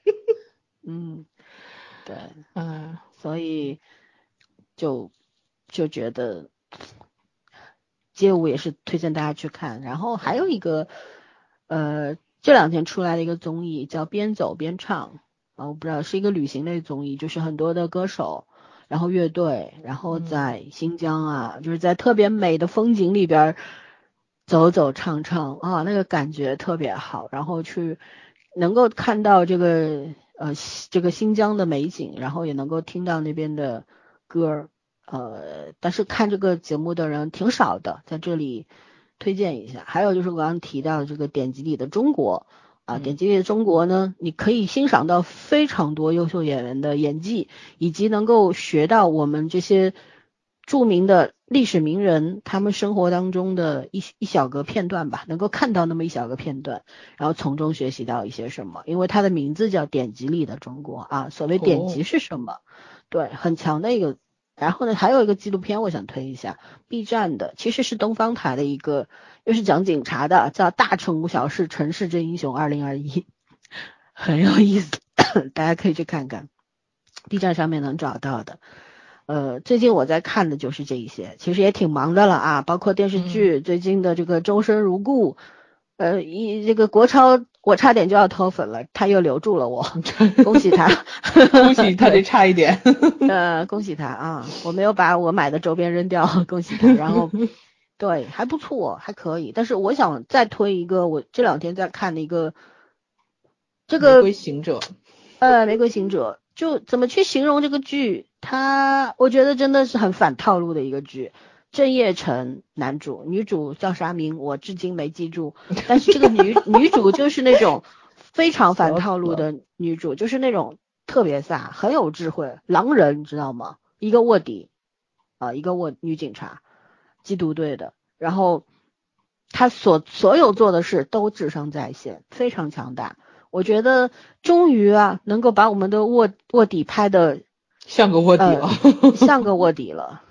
对，所以就觉得街舞也是推荐大家去看。然后还有一个这2天出来的一个综艺叫边走边唱我不知道是一个旅行类综艺，就是很多的歌手然后乐队然后在新疆啊，就是在特别美的风景里边走走唱唱啊，那个感觉特别好，然后去能够看到这个新疆的美景，然后也能够听到那边的歌但是看这个节目的人挺少的，在这里推荐一下。还有就是我刚刚提到的这个典籍里的中国典籍里的中国呢，你可以欣赏到非常多优秀演员的演技，以及能够学到我们这些著名的历史名人他们生活当中的一小个片段吧，能够看到那么一小个片段，然后从中学习到一些什么。因为它的名字叫典籍里的中国所谓典籍是什么对，很强的一个。然后呢还有一个纪录片我想推一下 B 站的，其实是东方台的一个，又是讲警察的，叫大城无小事城市真英雄2021，很有意思大家可以去看看， B 站上面能找到的。最近我在看的就是这一些，其实也挺忙的了包括电视剧，最近的这个周生如故这个国超我差点就要脱粉了，他又留住了我恭喜他
恭喜他，这差一点
恭喜他我没有把我买的周边扔掉，恭喜他。然后对还不错还可以，但是我想再推一个我这2天在看的一个这个
玫瑰行者
玫瑰行者，就怎么去形容这个剧，我觉得真的是很反套路的一个剧， 郑业成男主，女主叫啥名我至今没记住，但是这个女主就是那种非常反套路的女主，就是那种特别飒，很有智慧，狼人你知道吗？一个卧底一个女警察，缉毒队的，然后她所有做的事都智商在线，非常强大。我觉得终于能够把我们的卧底拍的
像个卧底了，
像个卧底了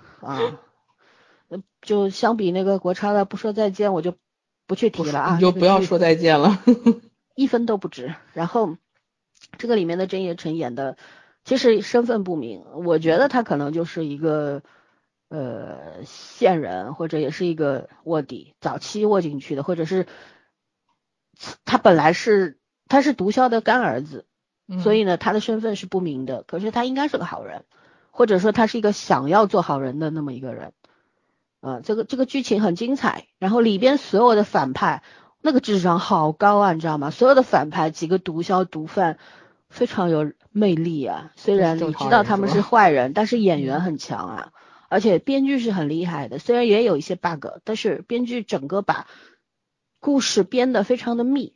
就相比那个国超的不说再见，我就不去提了
你就不要说再见了
，1分都不值。然后这个里面的郑业成演的其实身份不明，我觉得他可能就是一个线人，或者也是一个卧底，早期卧进去的，或者是他本来他是毒枭的干儿子，所以呢他的身份是不明的，可是他应该是个好人，或者说他是一个想要做好人的那么一个人。这个剧情很精彩，然后里边所有的反派那个智商好高啊，你知道吗？所有的反派几个毒枭毒贩非常有魅力啊，虽然你知道他们是坏人，但是演员很强啊，而且编剧是很厉害的，虽然也有一些 bug， 但是编剧整个把故事编得非常的密，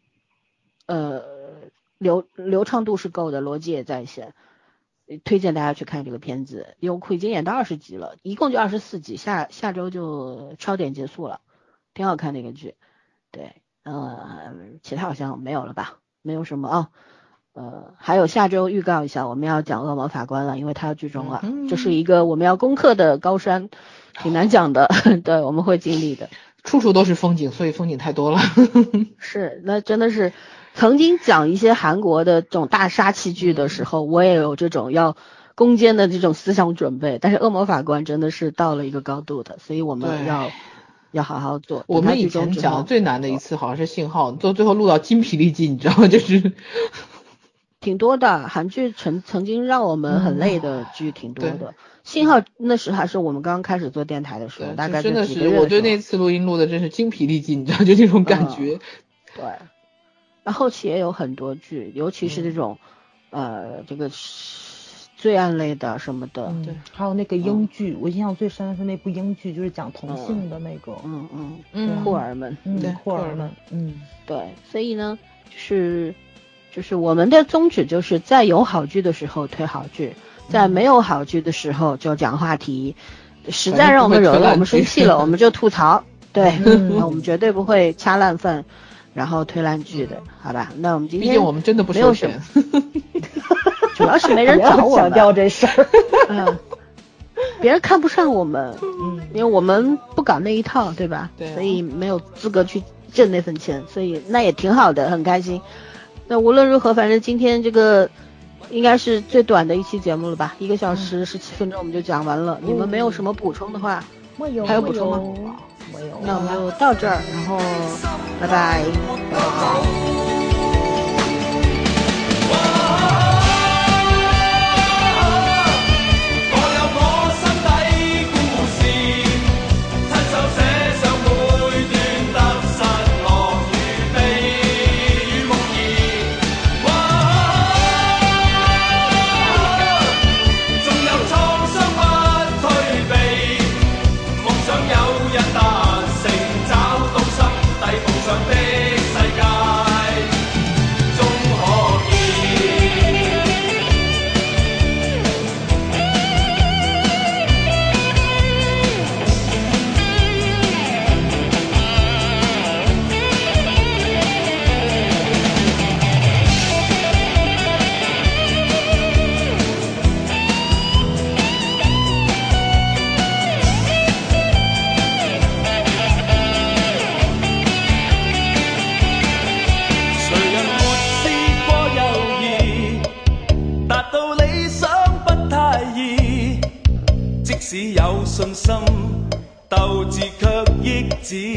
流畅度是够的，逻辑也在线。推荐大家去看这个片子，优酷已经演到20集了，一共就24集，下周就超点结束了，挺好看的一个剧。对，其他好像没有了吧，没有什么还有下周预告一下，我们要讲恶魔法官了，因为它要剧终了，这是一个我们要攻克的高山，挺难讲的对，我们会经历的，
处处都是风景，所以风景太多了
是，那真的是曾经讲一些韩国的这种大杀器剧的时候，我也有这种要攻坚的这种思想准备，但是恶魔法官真的是到了一个高度的，所以我们要好好做。
我们以前讲最难的一次好像是信号，最后录到筋疲力尽，你知道吗？就是挺
多的韩剧曾经让我们很累的剧挺多的。信号那时还是我们刚刚开始做电台的时候，大概
真的是我对那次录音录的真是筋疲力尽，你知道就那种感觉。
对。那后期也有很多剧，尤其是这种这个罪案类的什么的，
对，还有那个英剧，我印象最深的是那部英剧，就是讲同性的那个，
酷儿们，
对，酷儿们，
对，所以呢，就是我们的宗旨就是在有好剧的时候推好剧，在没有好剧的时候就讲话题，实在让我们惹了我们生气了，我们就吐槽，对，我们绝对不会掐烂饭。然后推烂剧的，好吧？那我们今天
毕竟我们真的不收钱，
主要是没人找我们
强调这事儿。
别人看不上我们，因为我们不搞那一套，对吧？
对，
所以没有资格去挣那份钱，所以那也挺好的，很开心。那无论如何，反正今天这个应该是最短的一期节目了吧？1个小时17分钟我们就讲完了。你们没有什么补充的话？还有补充吗？
没有。
那我们就到这儿，然后拜拜。
只有信心，鬥志卻抑止。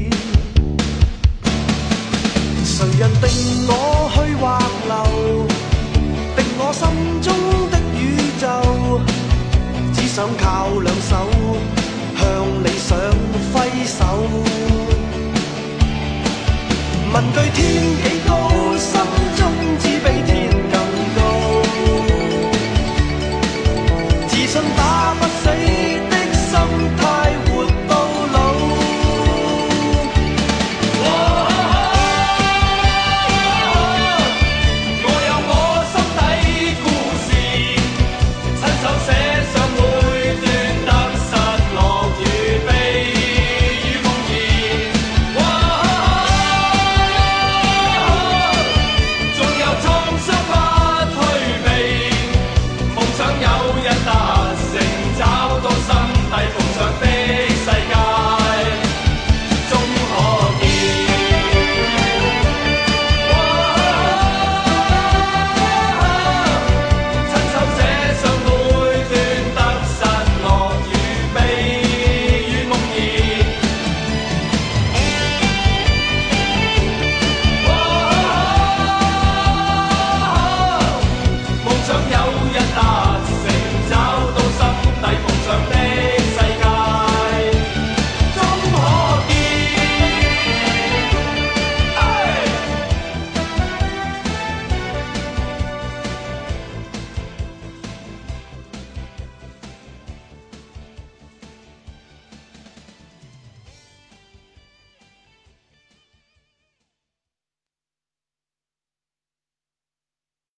誰人定我去或留，定我心中的宇宙？只想靠兩手向理想揮手。問句天幾